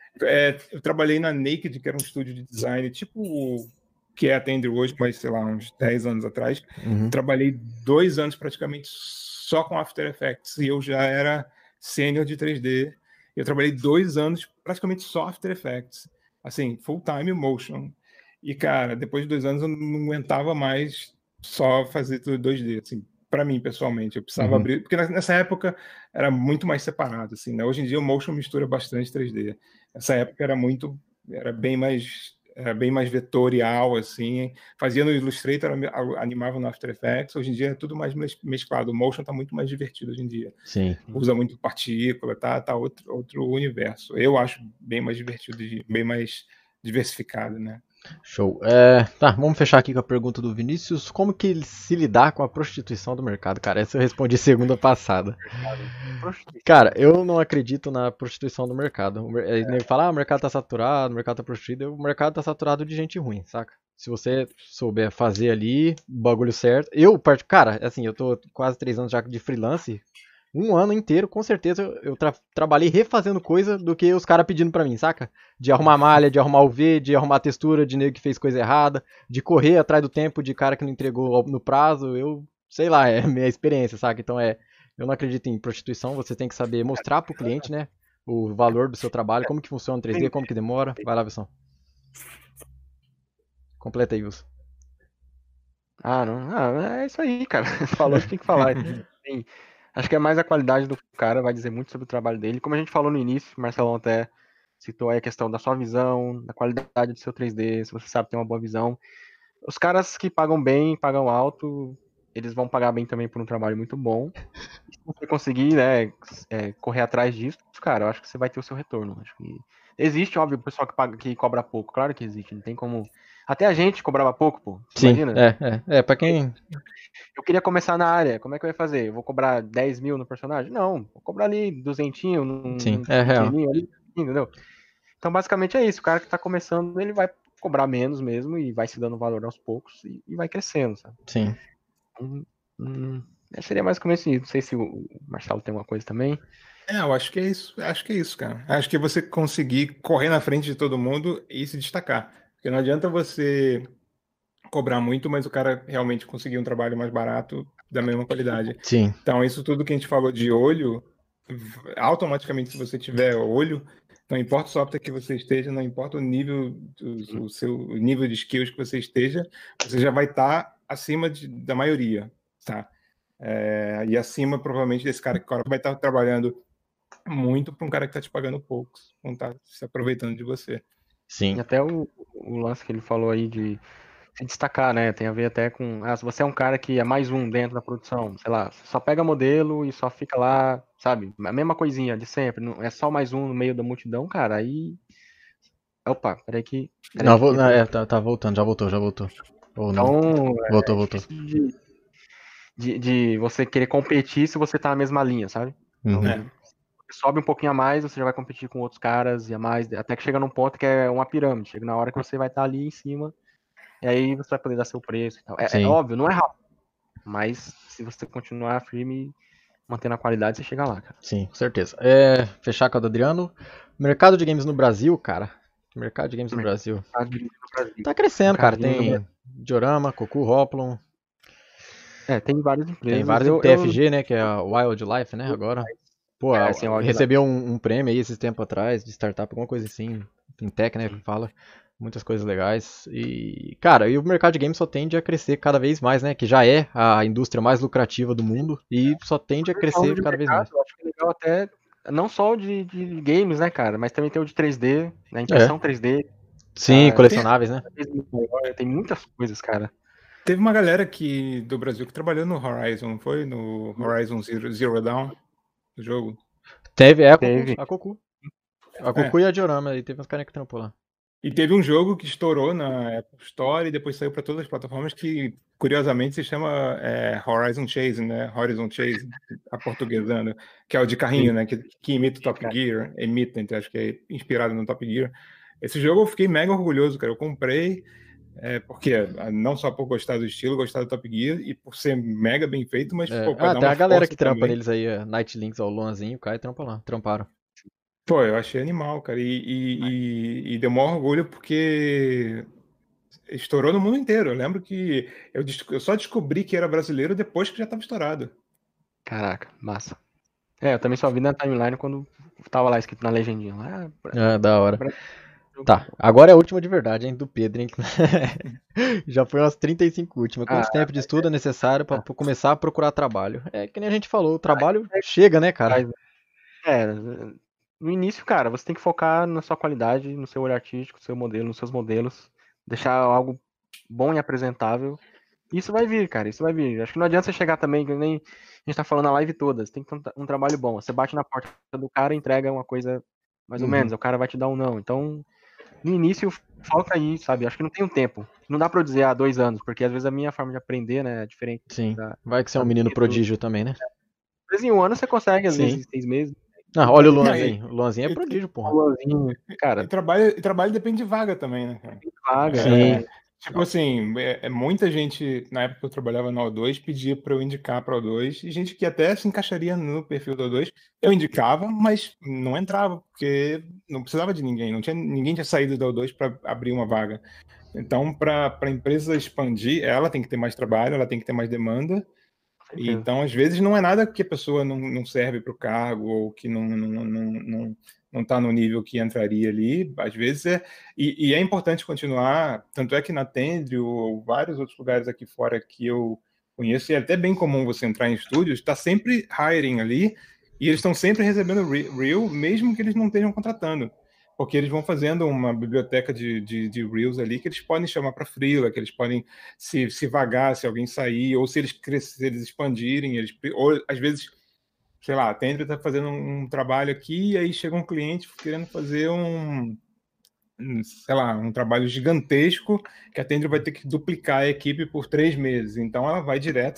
Eu trabalhei na Naked, que era um estúdio de design, tipo que é a Tendril hoje, mas sei lá, uns 10 anos atrás. Trabalhei 2 anos praticamente só com After Effects e eu já era sênior de 3D. Eu trabalhei 2 anos praticamente só After Effects, assim, full time motion. E cara, depois de 2 anos eu não aguentava mais só fazer tudo 2D, assim, para mim pessoalmente. Eu precisava abrir, porque nessa época era muito mais separado, assim, né? Hoje em dia o motion mistura bastante 3D. Nessa época era bem mais vetorial, assim, fazia no Illustrator, animava no After Effects, hoje em dia é tudo mais mesclado, o motion está muito mais divertido hoje em dia. Sim. Usa muito partícula, tá outro universo. Eu acho bem mais divertido e bem mais diversificado, né? Show. Tá, vamos fechar aqui com a pergunta do Vinícius. Como que se lidar com a prostituição do mercado? Cara, essa eu respondi segunda passada. Cara, eu não acredito na prostituição do mercado. Ele fala, o mercado tá saturado, o mercado tá prostituído. O mercado tá saturado de gente ruim, saca? Se você souber fazer ali o bagulho certo. Cara, assim, eu tô quase 3 anos já de freelance. Um ano inteiro, com certeza, eu trabalhei refazendo coisa do que os caras pedindo pra mim, saca? De arrumar malha, de arrumar UV, de arrumar textura, de nego que fez coisa errada, de correr atrás do tempo de cara que não entregou no prazo. Sei lá, é a minha experiência, saca? Então eu não acredito em prostituição, você tem que saber mostrar pro cliente, né? O valor do seu trabalho, como que funciona o 3D, como que demora. Vai lá, Wilson. Completa aí, Wilson. Não, é isso aí, cara. Falou que tem que falar. Sim. Acho que é mais a qualidade do cara, vai dizer muito sobre o trabalho dele. Como a gente falou no início, o Marcelão até citou aí a questão da sua visão, da qualidade do seu 3D, se você sabe ter uma boa visão. Os caras que pagam bem, pagam alto, eles vão pagar bem também por um trabalho muito bom. Se você conseguir, né, correr atrás disso, cara, eu acho que você vai ter o seu retorno. Acho que existe, óbvio, o pessoal que cobra pouco. Claro que existe, não tem como. Até a gente cobrava pouco, pô. Você Sim, imagina? pra quem... Eu queria começar na área, como é que eu ia fazer? Eu vou cobrar 10 mil no personagem? Não, vou cobrar ali 200 Sim, num é real. pequenininho ali, entendeu? Então, basicamente é isso. O cara que tá começando, ele vai cobrar menos mesmo e vai se dando valor aos poucos e vai crescendo, sabe? Sim. Seria mais ou menos isso. Não sei se o Marcelo tem alguma coisa também. Eu acho que é isso. Acho que é isso, cara. Acho que você conseguir correr na frente de todo mundo e se destacar. Porque não adianta você cobrar muito, mas o cara realmente conseguir um trabalho mais barato da mesma qualidade. Sim. Então, isso tudo que a gente falou de olho, automaticamente, se você tiver olho, não importa o software que você esteja, não importa o nível, o nível de skills que você esteja, você já vai estar acima da maioria, tá? E acima, provavelmente, desse cara que vai estar trabalhando muito para um cara que está te pagando poucos, não está se aproveitando de você. Sim. E até o lance que ele falou aí de se destacar, né? Tem a ver até com. Se você é um cara que é mais um dentro da produção, sei lá, só pega modelo e só fica lá, sabe? A mesma coisinha de sempre, não é só mais um no meio da multidão, cara, aí. Opa, peraí que. Não, tá voltando, já voltou. Ou não? Então, Voltou. difícil de você querer competir se você tá na mesma linha, sabe? Então, sobe um pouquinho a mais, você já vai competir com outros caras e a mais, até que chega num ponto que é uma pirâmide. Chega na hora que você vai estar ali em cima, e aí você vai poder dar seu preço e tal. É óbvio, não é rápido, mas se você continuar firme e mantendo a qualidade, você chega lá, cara. Sim, com certeza. Fechar com a do Adriano. Mercado de games no Brasil, cara. Mercado de games no Brasil. Tá crescendo, cara. Tem Diorama, Cocu, Hoplon. Tem várias empresas. Tem vários TFG, né? Que é a Wildlife, né? Agora. Pô, recebeu um prêmio aí esses tempos atrás de startup, alguma coisa assim. Fintech, né? Que fala. Muitas coisas legais. E, cara, o mercado de games só tende a crescer cada vez mais, né? Que já é a indústria mais lucrativa do mundo e só tende a crescer cada vez mais. Eu acho que é legal até, não só o de games, né, cara? Mas também tem o de 3D, né? Impressão 3D. Sim, colecionáveis, né? Tem muitas coisas, cara. Teve uma galera do Brasil que trabalhou no Horizon, não foi? No Horizon Zero Dawn, o jogo. Teve. A Cocu. A Cocu e a Diorama, aí teve uns caras que trampou lá. E teve um jogo que estourou na Apple Store e depois saiu para todas as plataformas que, curiosamente, se chama Horizon Chase, né? Horizon Chase, aportuguesando, que é o de carrinho, né? Que imita o Top Gear, acho que é inspirado no Top Gear. Esse jogo eu fiquei mega orgulhoso, cara. Eu comprei, porque não só por gostar do estilo, gostar do Top Gear e por ser mega bem feito, mas pra dar tem uma a galera que trampa também. neles aí, Night Links, o Luanzinho, o Kai tramparam. Pô, eu achei animal, cara, e deu maior orgulho porque estourou no mundo inteiro. Eu lembro que eu só descobri que era brasileiro depois que já estava estourado. Caraca, massa. Eu também só vi na timeline quando tava lá escrito na legendinha. Da hora. Tá, agora é a última de verdade, hein, do Pedro, hein? Já foi umas 35 últimas. Quanto tempo de estudo é necessário para começar a procurar trabalho? É que nem a gente falou, o trabalho chega, né, cara? No início, cara, você tem que focar na sua qualidade, no seu olho artístico, no seu modelo, nos seus modelos, deixar algo bom e apresentável. Isso vai vir, cara, isso vai vir. Acho que não adianta você chegar também, que nem a gente tá falando a live toda, você tem que ter um trabalho bom. Você bate na porta do cara e entrega uma coisa mais ou menos, o cara vai te dar um não. Então, no início, foca aí, sabe? Acho que não tem um tempo. Não dá pra eu dizer 2 anos, porque às vezes a minha forma de aprender, né, é diferente. Sim, vai que você é um menino prodígio também, né? Às vezes em um ano você consegue, às vezes em 6 meses. Olha o Luanzinho. O Luanzinho é prodígio, porra. O Luanzinho, cara. E trabalho depende de vaga também, né, cara? Vaga, sim. Tipo assim, muita gente, na época que eu trabalhava na O2, pedia para eu indicar para o O2, e gente que até se encaixaria no perfil do O2, eu indicava, mas não entrava, porque não precisava de ninguém, ninguém tinha saído da O2 para abrir uma vaga. Então, para a empresa expandir, ela tem que ter mais trabalho, ela tem que ter mais demanda, e então, às vezes, não é nada que a pessoa não serve para o cargo, ou que não está no nível que entraria ali, às vezes e é importante continuar, tanto é que na Tendre ou vários outros lugares aqui fora que eu conheço, e é até bem comum você entrar em estúdios, está sempre hiring ali, e eles estão sempre recebendo real, mesmo que eles não estejam contratando. porque eles vão fazendo uma biblioteca de Reels ali que eles podem chamar para freela, que eles podem se vagar, se alguém sair, ou se eles se eles expandirem, ou às vezes, sei lá, a Tendre está fazendo um trabalho aqui e aí chega um cliente querendo fazer sei lá, um trabalho gigantesco que a Tendre vai ter que duplicar a equipe por 3 meses. Então ela vai direto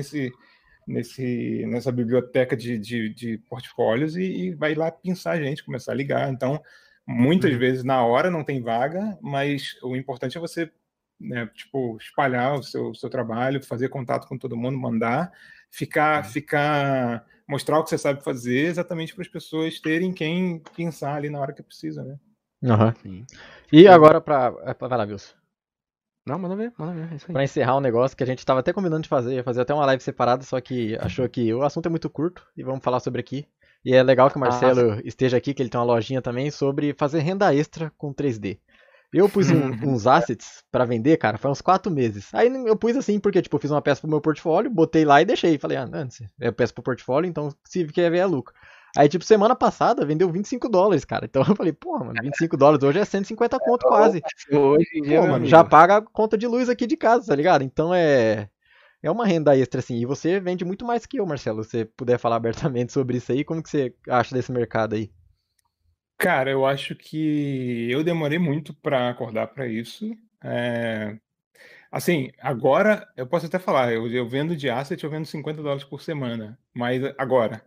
nessa biblioteca de portfólios e vai lá pensar a gente, começar a ligar. Então, muitas vezes na hora não tem vaga, mas o importante é você, né, tipo, espalhar o seu trabalho, fazer contato com todo mundo, mandar, mostrar o que você sabe fazer, exatamente para as pessoas terem quem pensar ali na hora que precisa, né? Uhum. E agora vai lá, Wilson. Não, manda ver, é isso aí. Pra encerrar o negócio que a gente tava até combinando de fazer, ia fazer até uma live separada, só que achou que o assunto é muito curto e vamos falar sobre aqui. E é legal que o Marcelo esteja aqui, que ele tem uma lojinha também, sobre fazer renda extra com 3D. Eu pus uns assets pra vender, cara, faz uns 4 meses. Aí eu pus assim, porque tipo, eu fiz uma peça pro meu portfólio, botei lá e deixei. Falei, antes, é peça pro portfólio, então se quer ver é lucro. Aí, tipo, semana passada vendeu $25, cara. Então eu falei, porra, mano, $25 hoje é 150 conto quase. Hoje em dia, pô, mano, já paga a conta de luz aqui de casa, tá ligado? Então é uma renda extra, assim. E você vende muito mais que eu, Marcelo. Se você puder falar abertamente sobre isso aí, como que você acha desse mercado aí? Cara, eu acho que eu demorei muito para acordar para isso. Assim, agora eu posso até falar, eu vendo de asset, eu vendo $50 por semana, mas agora,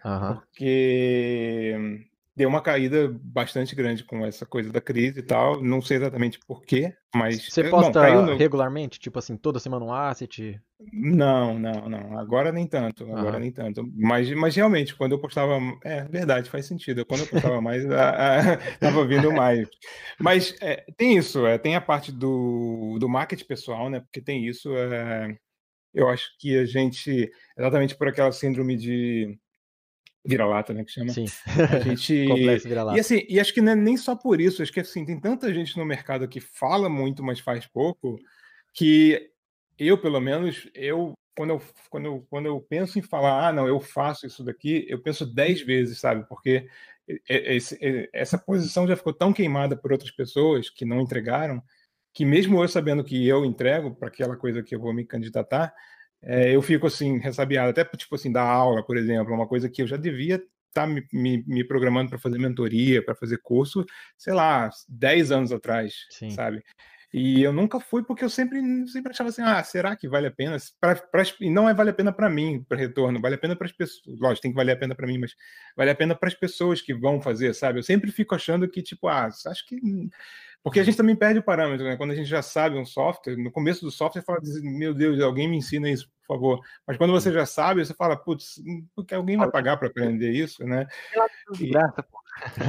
porque deu uma caída bastante grande com essa coisa da crise e tal, não sei exatamente por quê, mas Você bom, posta caiu regularmente? Tipo assim, toda semana um asset? Não, agora nem tanto, mas realmente, quando eu postava, verdade, faz sentido, quando eu postava mais, tava vindo mais. Mas tem isso, tem a parte do marketing pessoal, né, porque tem isso, eu acho que a gente, exatamente por aquela síndrome de vira-lata, né, que chama, Sim, a gente... complexo E vira-lata. assim, e acho que não é nem só por isso, acho que assim, tem tanta gente no mercado que fala muito, mas faz pouco, que eu, pelo menos, quando eu penso em falar, não, eu faço isso daqui, eu penso 10 vezes, sabe? Porque essa posição já ficou tão queimada por outras pessoas que não entregaram, que mesmo eu sabendo que eu entrego para aquela coisa que eu vou me candidatar, eu fico assim, ressabiado. Até tipo assim, dar aula, por exemplo, uma coisa que eu já devia estar me programando para fazer mentoria, para fazer curso, sei lá, 10 anos atrás, Sim. sabe? E eu nunca fui porque eu sempre achava assim, será que vale a pena? E não vale a pena para mim, para retorno, vale a pena para as pessoas. Lógico, tem que valer a pena para mim, mas vale a pena para as pessoas que vão fazer, sabe? Eu sempre fico achando que, tipo, acho que... Porque a gente também perde o parâmetro, né? Quando a gente já sabe um software, no começo do software, fala, meu Deus, alguém me ensina isso, por favor. Mas quando você já sabe, você fala, putz, porque alguém vai pagar para aprender isso, né? De graça, pô.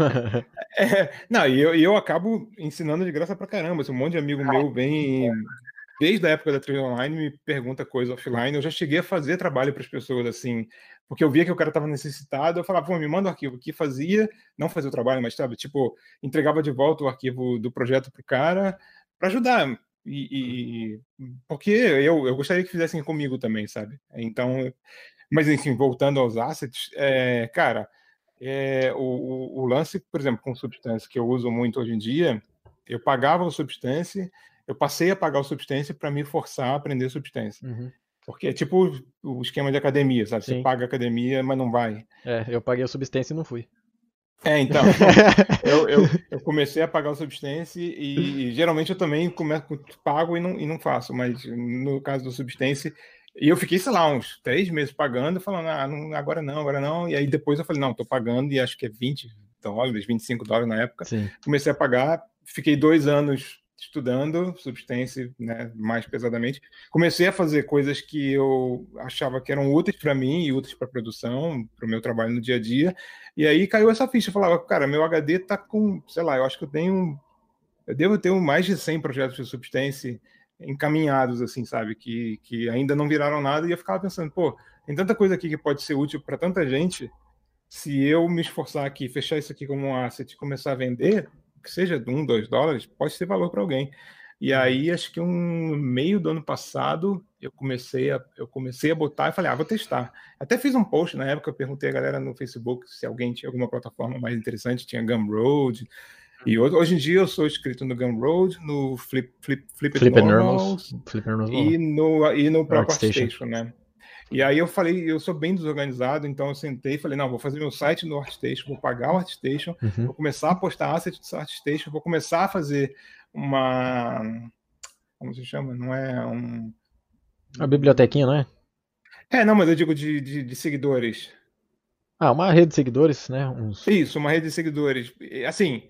Não, e eu acabo ensinando de graça pra caramba. Um monte de amigo meu vem desde a época da trilha online, me pergunta coisa offline. Eu já cheguei a fazer trabalho para as pessoas assim, porque eu via que o cara estava necessitado. Eu falava, pô, me manda o arquivo. Que fazia, não fazia o trabalho, mas sabe, tipo, entregava de volta o arquivo do projeto pro cara para ajudar. Porque eu gostaria que fizessem comigo também, sabe? Então, mas enfim, voltando aos assets, cara. O lance, por exemplo, com Substance, que eu uso muito hoje em dia, eu pagava o Substance, eu passei a pagar o Substance para me forçar a aprender Substance. Porque é tipo o esquema de academia, sabe? Sim. Você paga a academia, mas não vai. Eu paguei o Substance e não fui. Então, eu comecei a pagar o Substance e geralmente eu também pago e não faço, mas no caso do Substance, e eu fiquei, sei lá, uns 3 meses pagando, falando, agora não, e aí depois eu falei, não, tô pagando, e acho que é $20, $25 na época, Sim. Comecei a pagar, fiquei 2 anos estudando Substance, né, mais pesadamente, comecei a fazer coisas que eu achava que eram úteis para mim e úteis para a produção, para o meu trabalho no dia a dia, e aí caiu essa ficha. Eu falava, cara, meu HD tá com, sei lá, eu acho que eu devo ter mais de 100 projetos de Substance encaminhados, assim, sabe, que ainda não viraram nada, e eu ficava pensando, pô, tem tanta coisa aqui que pode ser útil para tanta gente, se eu me esforçar aqui, fechar isso aqui como um asset e começar a vender, que seja $1, $2, pode ter valor para alguém. E aí, acho que meio do ano passado, eu comecei a botar e falei, vou testar. Até fiz um post na época, eu perguntei a galera no Facebook se alguém tinha alguma plataforma mais interessante, tinha Gumroad, E hoje em dia eu sou inscrito no Gumroad, no Flip Normals e no próprio ArtStation, né? E aí eu falei, eu sou bem desorganizado, então eu sentei e falei, não, vou fazer meu site no ArtStation, vou pagar o ArtStation, vou começar a postar assets do ArtStation, vou começar a fazer uma... Como se chama? Não é a bibliotequinha, não é? Não, mas eu digo de seguidores. Uma rede de seguidores, né? Isso, uma rede de seguidores. Assim,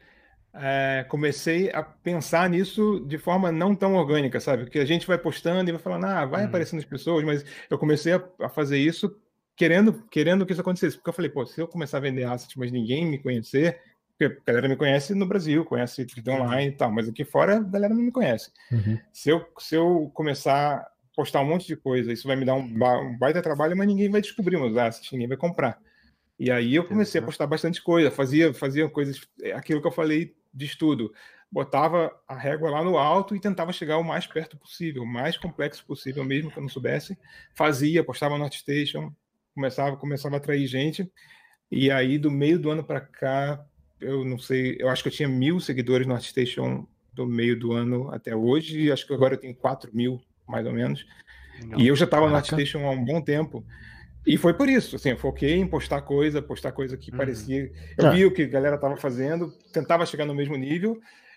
comecei a pensar nisso de forma não tão orgânica, sabe? Porque a gente vai postando e vai falando, vai aparecendo as pessoas, mas eu comecei a fazer isso querendo que isso acontecesse. Porque eu falei, pô, se eu começar a vender assets, mas ninguém me conhecer, porque a galera me conhece no Brasil, conhece online e tal, mas aqui fora a galera não me conhece. Se eu começar a postar um monte de coisa, isso vai me dar um baita trabalho, mas ninguém vai descobrir meus assets, ninguém vai comprar. E aí eu comecei a postar bastante coisa, fazia coisas, aquilo que eu falei de estudo. Botava a régua lá no alto e tentava chegar o mais perto possível, o mais complexo possível, mesmo que eu não soubesse. Postava no ArtStation, começava a atrair gente. E aí, do meio do ano para cá, eu não sei, eu acho que eu tinha 1.000 seguidores no ArtStation do meio do ano até hoje, e acho que agora eu tenho 4.000, mais ou menos. E eu já estava no ArtStation há um bom tempo. E foi por isso, assim, eu foquei em postar coisa que parecia... Eu vi o que a galera estava fazendo, tentava chegar no mesmo nível,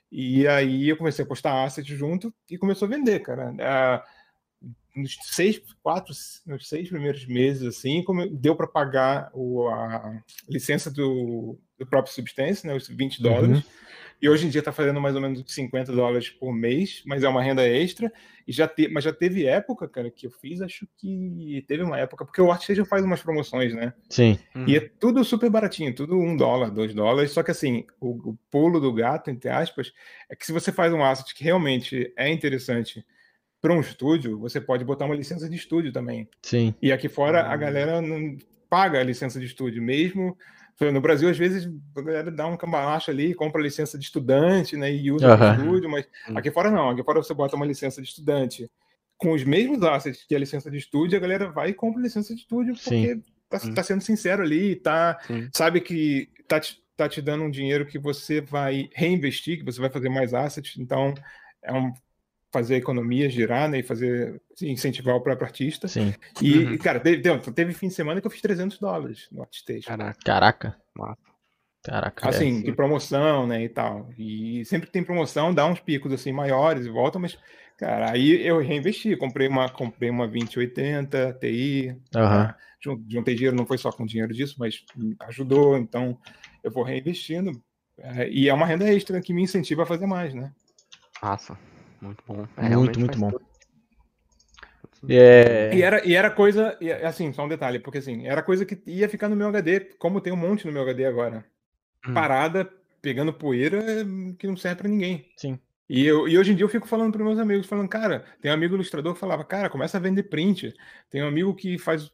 e aí eu comecei a postar asset junto e começou a vender, cara. Nos 6 primeiros meses, assim, deu para pagar a licença do próprio Substance, né, os $20. E hoje em dia está fazendo mais ou menos $50 por mês, mas é uma renda extra. Mas já teve época, cara, que eu fiz, acho que teve uma época, porque o ArtStation faz umas promoções, né? Sim. E é tudo super baratinho, tudo $1, $2. Só que assim, o pulo do gato, entre aspas, é que se você faz um asset que realmente é interessante para um estúdio, você pode botar uma licença de estúdio também. Sim. E aqui fora a galera não paga a licença de estúdio mesmo. No Brasil, às vezes, a galera dá um cambalacho ali, compra a licença de estudante, né, e usa no estúdio, mas aqui fora não. Aqui fora você bota uma licença de estudante com os mesmos assets que a licença de estúdio, a galera vai e compra a licença de estúdio porque tá sendo sincero ali, sabe que tá te dando um dinheiro que você vai reinvestir, que você vai fazer mais assets, então fazer a economia girar, né, e incentivar o próprio artista. Sim. E, cara, teve fim de semana que eu fiz $300 no ArtStation. Caraca. Assim, de promoção, né, e tal. E sempre que tem promoção, dá uns picos, assim, maiores e volta, mas, cara, aí eu reinvesti. Comprei uma 2080 Ti. Né? Juntei dinheiro, não foi só com dinheiro disso, mas ajudou. Então, eu vou reinvestindo. E é uma renda extra que me incentiva a fazer mais, né? Nossa. Muito bom. Muito bom. E era coisa, assim, só um detalhe, porque assim, era coisa que ia ficar no meu HD, como tem um monte no meu HD agora. Parada, pegando poeira, que não serve pra ninguém. Sim. E hoje em dia eu fico falando pros meus amigos, falando, cara, tem um amigo ilustrador que falava, cara, começa a vender print. Tem um amigo que faz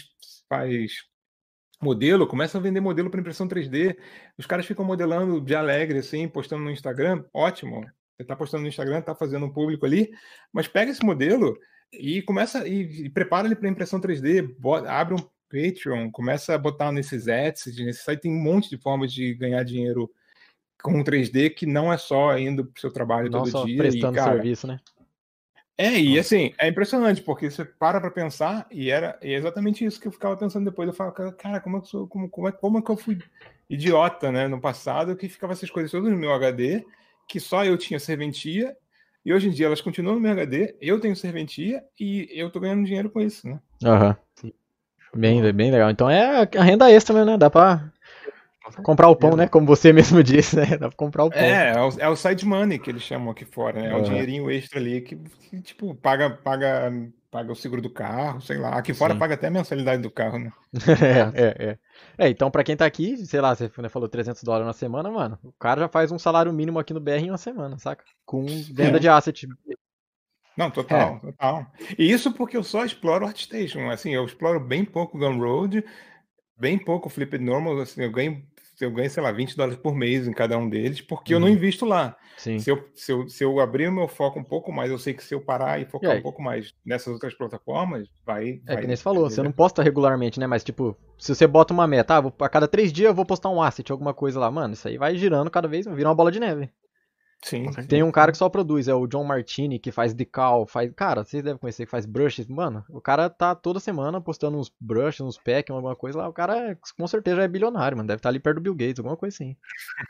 modelo, começa a vender modelo para impressão 3D. Os caras ficam modelando de alegre, assim, postando no Instagram, ótimo. Você tá postando no Instagram, tá fazendo um público ali, mas pega esse modelo e começa e prepara ele para impressão 3D, abre um Patreon, começa a botar nesses Etsy, nesse site tem um monte de formas de ganhar dinheiro com 3D que não é só indo pro seu trabalho todo dia prestando serviço, né? E assim, é impressionante, porque você para pensar, e é exatamente isso que eu ficava pensando depois. Eu falo, cara, como é que eu fui idiota, né, no passado, que ficava essas coisas todas no meu HD, que só eu tinha serventia, e hoje em dia elas continuam no meu HD, eu tenho serventia, e eu tô ganhando dinheiro com isso, né? Bem legal. Então é a renda extra mesmo, né? Dá pra comprar o pão, né? Como você mesmo disse, né? Dá pra comprar o pão. É o side money que eles chamam aqui fora, né? É um dinheirinho extra ali que tipo, paga o seguro do carro, sei lá. Aqui fora paga até a mensalidade do carro, né? Então pra quem tá aqui, sei lá, você falou $300 na semana, mano, o cara já faz um salário mínimo aqui no BR em uma semana, saca? Com venda de asset. Não, total. E isso porque eu só exploro o ArtStation, assim, eu exploro bem pouco Gumroad, bem pouco Flip Normals, assim, eu ganho eu ganho, sei lá, $20 por mês em cada um deles, porque eu não invisto lá. Sim. Se eu abrir o meu foco um pouco mais, eu sei que se eu parar e focar um pouco mais nessas outras plataformas, vai... É que nem você falou, você não posta regularmente, né? Mas, tipo, se você bota uma meta, a cada 3 dias eu vou postar um asset, alguma coisa lá, mano, isso aí vai girando cada vez, vira uma bola de neve. Sim. Tem um cara que só produz, é o John Martini, que faz decal, cara, vocês devem conhecer, que faz brushes, mano, o cara tá toda semana postando uns brushes, uns packs, alguma coisa lá, o cara com certeza já é bilionário, mano, deve estar ali perto do Bill Gates, alguma coisa assim.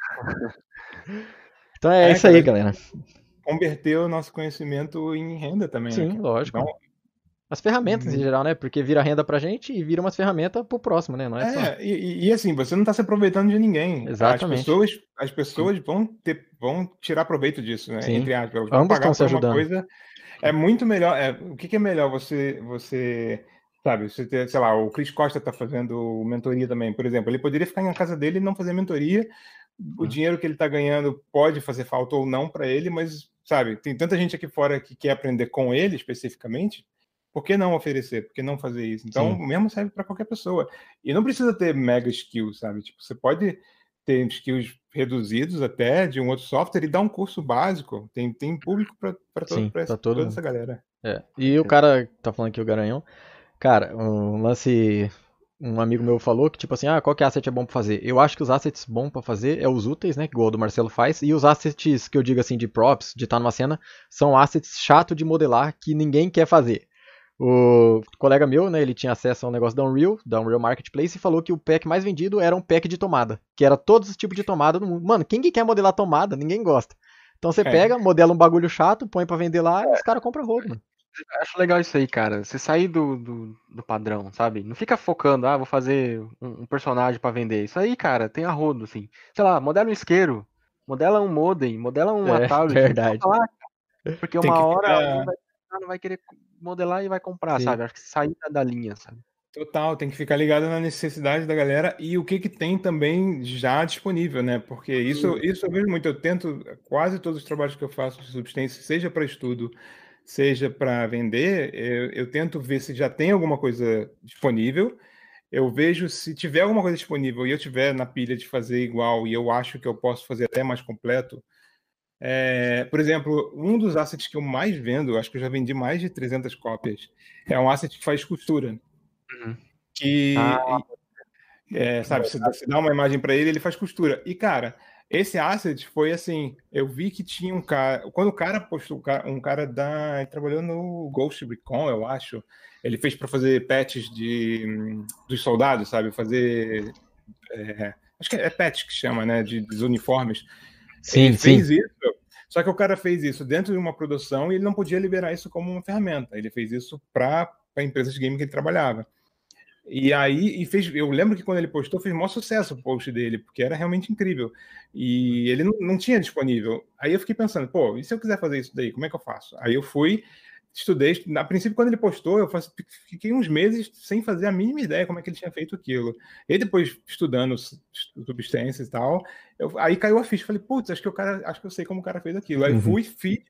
Então é isso aí, galera. Converter o nosso conhecimento em renda também, né? Sim, lógico. As ferramentas em geral, né? Porque vira renda pra gente e vira umas ferramentas pro próximo, né? Não é só... e assim, você não tá se aproveitando de ninguém. Exatamente. As pessoas vão tirar proveito disso, né? Sim. Entre aspas, elas vão pagar por uma coisa. É muito melhor. O que é melhor você sabe, você ter, sei lá, o Chris Costa tá fazendo mentoria também, por exemplo. Ele poderia ficar na casa dele e não fazer mentoria. O dinheiro que ele tá ganhando pode fazer falta ou não para ele, mas, sabe, tem tanta gente aqui fora que quer aprender com ele especificamente. Por que não oferecer? Por que não fazer isso? Então, o mesmo serve para qualquer pessoa. E não precisa ter mega skills, sabe? Tipo, você pode ter skills reduzidos até de um outro software e dar um curso básico. Tem público para toda essa galera. E o cara tá falando aqui, o Garanhão, cara, um lance... Um amigo meu falou que, tipo assim, qual que asset é bom pra fazer? Eu acho que os assets bons pra fazer é os úteis, né? Igual o do Marcelo faz. E os assets que eu digo assim, de props, de estar numa cena, são assets chato de modelar que ninguém quer fazer. O colega meu, né, ele tinha acesso a um negócio da Unreal Marketplace, e falou que o pack mais vendido era um pack de tomada, que era todos os tipos de tomada do mundo. Mano, quem que quer modelar tomada? Ninguém gosta. Então você pega, modela um bagulho chato, põe pra vender lá e os caras compram roupa, mano. Eu acho legal isso aí, cara. Você sair do padrão, sabe? Não fica focando, vou fazer um personagem pra vender. Isso aí, cara, tem a rodo, assim. Sei lá, modela um isqueiro, modela um modem, modela uma tablet. Verdade. Lá, porque uma hora alguém não vai querer modelar e vai comprar, sabe? Acho que sair da linha, sabe? Total, tem que ficar ligado na necessidade da galera e o que tem também já disponível, né? Porque isso eu vejo muito. Eu tento, quase todos os trabalhos que eu faço de substância, seja para estudo, seja para vender, eu tento ver se já tem alguma coisa disponível. Eu vejo se tiver alguma coisa disponível e eu tiver na pilha de fazer igual e eu acho que eu posso fazer até mais completo. Por exemplo, um dos assets que eu mais vendo, acho que eu já vendi mais de 300 cópias, é um asset que faz costura. Sabe, você dá uma imagem para ele faz costura. E, cara, esse asset foi assim, eu vi que tinha um cara, quando o cara postou, um cara ele trabalhou no Ghost Recon, eu acho, ele fez para fazer patches dos soldados, sabe, fazer, acho que é patch que chama, né, dos uniformes. Ele fez isso, só que o cara fez isso dentro de uma produção e ele não podia liberar isso como uma ferramenta, ele fez isso para a empresa de game que ele trabalhava. E aí, eu lembro que quando ele postou, fez maior sucesso o post dele, porque era realmente incrível. E ele não tinha disponível. Aí eu fiquei pensando, pô, e se eu quiser fazer isso daí, como é que eu faço? Aí eu fui, estudei. A princípio, quando ele postou, eu fiquei uns meses sem fazer a mínima ideia como é que ele tinha feito aquilo. E depois, estudando substâncias e tal, aí caiu a ficha. Falei, putz, acho que eu sei como o cara fez aquilo. Aí fui,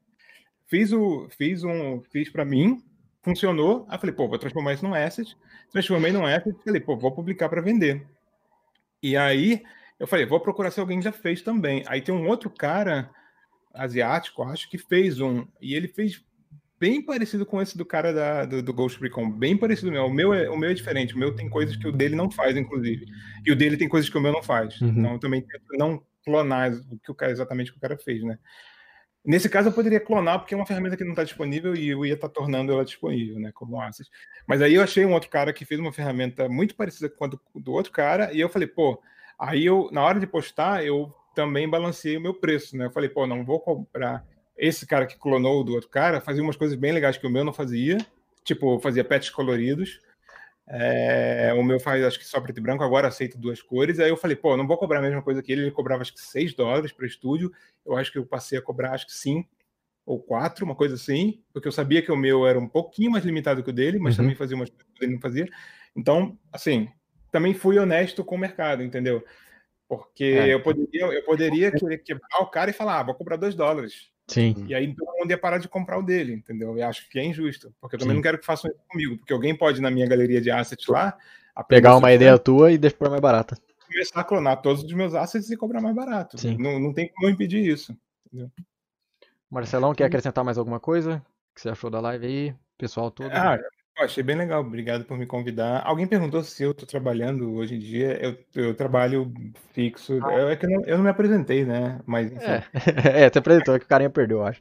fiz para mim, funcionou. Aí falei, pô, vou transformar isso num asset. Transformei num asset e falei, pô, vou publicar para vender. E aí eu falei, vou procurar se alguém já fez também. Aí tem um outro cara asiático, acho que fez um. E ele fez bem parecido com esse do cara do Ghost Recon. Bem parecido mesmo. O meu é diferente. O meu tem coisas que o dele não faz, inclusive. E o dele tem coisas que o meu não faz. Então eu também tento não clonar exatamente o que o cara fez, né? Nesse caso, eu poderia clonar, porque é uma ferramenta que não está disponível e eu ia estar tornando ela disponível, né, como asset. Mas aí eu achei um outro cara que fez uma ferramenta muito parecida com a do outro cara, e eu falei, pô, aí na hora de postar, eu também balanceei o meu preço, né? Eu falei, pô, não vou comprar. Esse cara que clonou do outro cara fazia umas coisas bem legais que o meu não fazia, tipo, fazia patches coloridos. O meu faz, acho que só preto e branco, agora aceita 2 cores. Aí eu falei, pô, não vou cobrar a mesma coisa que ele cobrava acho que $6 para estúdio. Eu acho que eu passei a cobrar acho que 5 ou 4, uma coisa assim, porque eu sabia que o meu era um pouquinho mais limitado que o dele, mas também fazia umas coisas que ele não fazia. Então, assim, também fui honesto com o mercado, entendeu? Porque eu poderia querer quebrar o cara e falar, vou cobrar $2. Sim. E aí todo mundo ia parar de comprar o dele, entendeu? Eu acho que é injusto, porque eu também não quero que façam isso comigo, porque alguém pode, na minha galeria de assets lá, pegar uma ideia tua e deixar por mais barata. começar a clonar todos os meus assets e cobrar mais barato. Não tem como eu impedir isso. Entendeu? Marcelão, quer acrescentar mais alguma coisa? O que você achou da live aí? Pessoal todo? Achei bem legal. Obrigado por me convidar. Alguém perguntou se eu estou trabalhando hoje em dia. Eu trabalho fixo. É que eu não me apresentei, né? Mas, enfim. Você apresentou, é que o carinha perdeu, eu acho.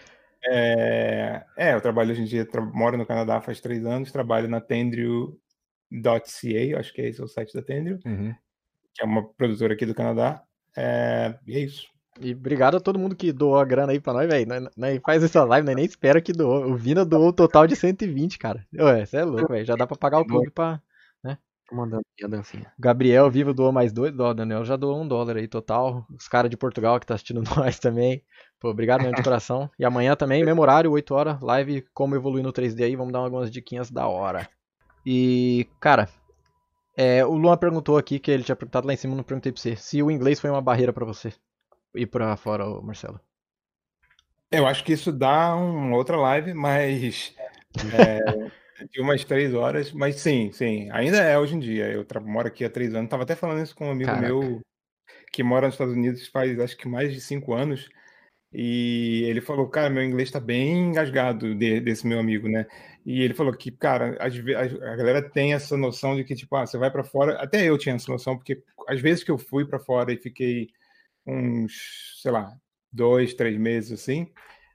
Eu trabalho hoje em dia, moro no Canadá faz 3 anos, trabalho na Tendrio.ca, acho que é esse o site da Tendrio, que é uma produtora aqui do Canadá. E é isso. E obrigado a todo mundo que doou a grana aí pra nós, velho. Nós faz essa live, nós nem espera que doou. O Vina doou o total de 120, cara. Você é louco, velho. Já dá pra pagar o clube pra... né? Tô mandando aqui a dancinha. Gabriel Vivo doou mais $2. O Daniel já doou $1 aí total. Os caras de Portugal que tá assistindo nós também. Pô, obrigado mesmo de coração. E amanhã também, mesmo horário, 8 horas, live Como Evoluir no 3D aí. Vamos dar algumas diquinhas da hora. E, cara, o Luan perguntou aqui, que ele tinha perguntado lá em cima, não perguntei pra você, se o inglês foi uma barreira pra você ir pra fora, Marcelo. Eu acho que isso dá uma outra live, mas de umas 3 horas. Mas sim, ainda é hoje em dia. Eu moro aqui há 3 anos. Tava até falando isso com um amigo meu que mora nos Estados Unidos faz acho que mais de 5 anos. E ele falou, cara, meu inglês tá bem engasgado desse meu amigo, né? E ele falou que, cara, a galera tem essa noção de que, tipo, você vai pra fora. Até eu tinha essa noção, porque às vezes que eu fui pra fora e fiquei uns, sei lá, 2, 3 meses assim,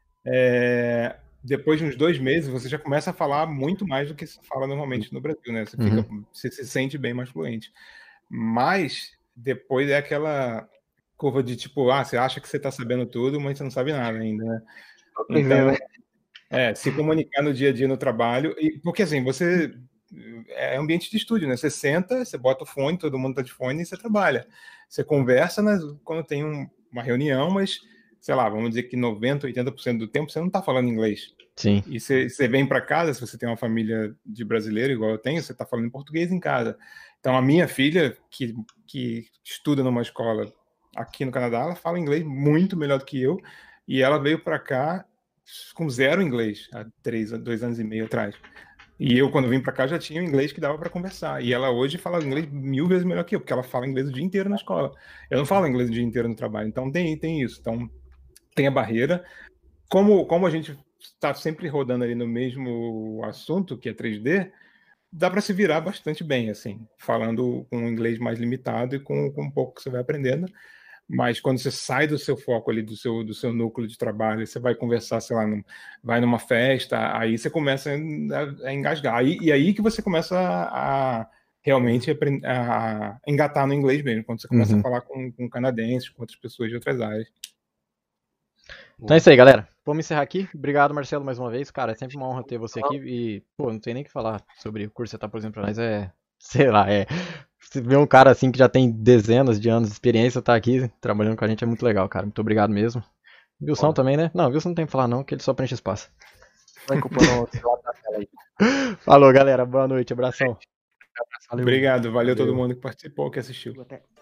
depois de uns 2 meses você já começa a falar muito mais do que se fala normalmente no Brasil, né? Você se sente bem mais fluente. Mas depois é aquela curva de tipo, você acha que você tá sabendo tudo, mas você não sabe nada ainda, né? Então, se comunicar no dia a dia no trabalho, porque assim, você é ambiente de estúdio, né? Você senta, você bota o fone, todo mundo tá de fone e você trabalha. Você conversa, né, quando tem uma reunião, mas, sei lá, vamos dizer que 90%, 80% do tempo você não tá falando inglês. Sim. E você vem para casa, se você tem uma família de brasileiro, igual eu tenho, você tá falando português em casa. Então, a minha filha, que estuda numa escola aqui no Canadá, ela fala inglês muito melhor do que eu, e ela veio para cá com 0 inglês há 2 anos e meio atrás. E eu, quando vim para cá, já tinha um inglês que dava para conversar. E ela hoje fala inglês 1000 vezes melhor que eu, porque ela fala inglês o dia inteiro na escola. Eu não falo inglês o dia inteiro no trabalho. Então tem isso. Então tem a barreira. Como a gente está sempre rodando ali no mesmo assunto, que é 3D, dá para se virar bastante bem, assim, falando com um inglês mais limitado e com um pouco que você vai aprendendo. Mas quando você sai do seu foco ali, do seu núcleo de trabalho, você vai conversar, sei lá, vai numa festa, aí você começa a engasgar. E aí que você começa a realmente a engatar no inglês mesmo, quando você começa a falar com canadenses, com outras pessoas de outras áreas. Então é isso aí, galera. Vamos encerrar aqui. Obrigado, Marcelo, mais uma vez. Cara, é sempre uma honra ter você aqui. E, pô, não tem nem o que falar sobre o curso que você tá, por exemplo, pra nós. Sei lá, você vê um cara assim que já tem dezenas de anos de experiência, tá aqui trabalhando com a gente, é muito legal, cara. Muito obrigado mesmo. Wilson também, né? Não, Wilson não tem que falar não, que ele só preenche espaço. Vai ocupando o lado da tela aí. Falou, galera. Boa noite. Abração. Obrigado. Valeu todo mundo que participou, que assistiu. Até.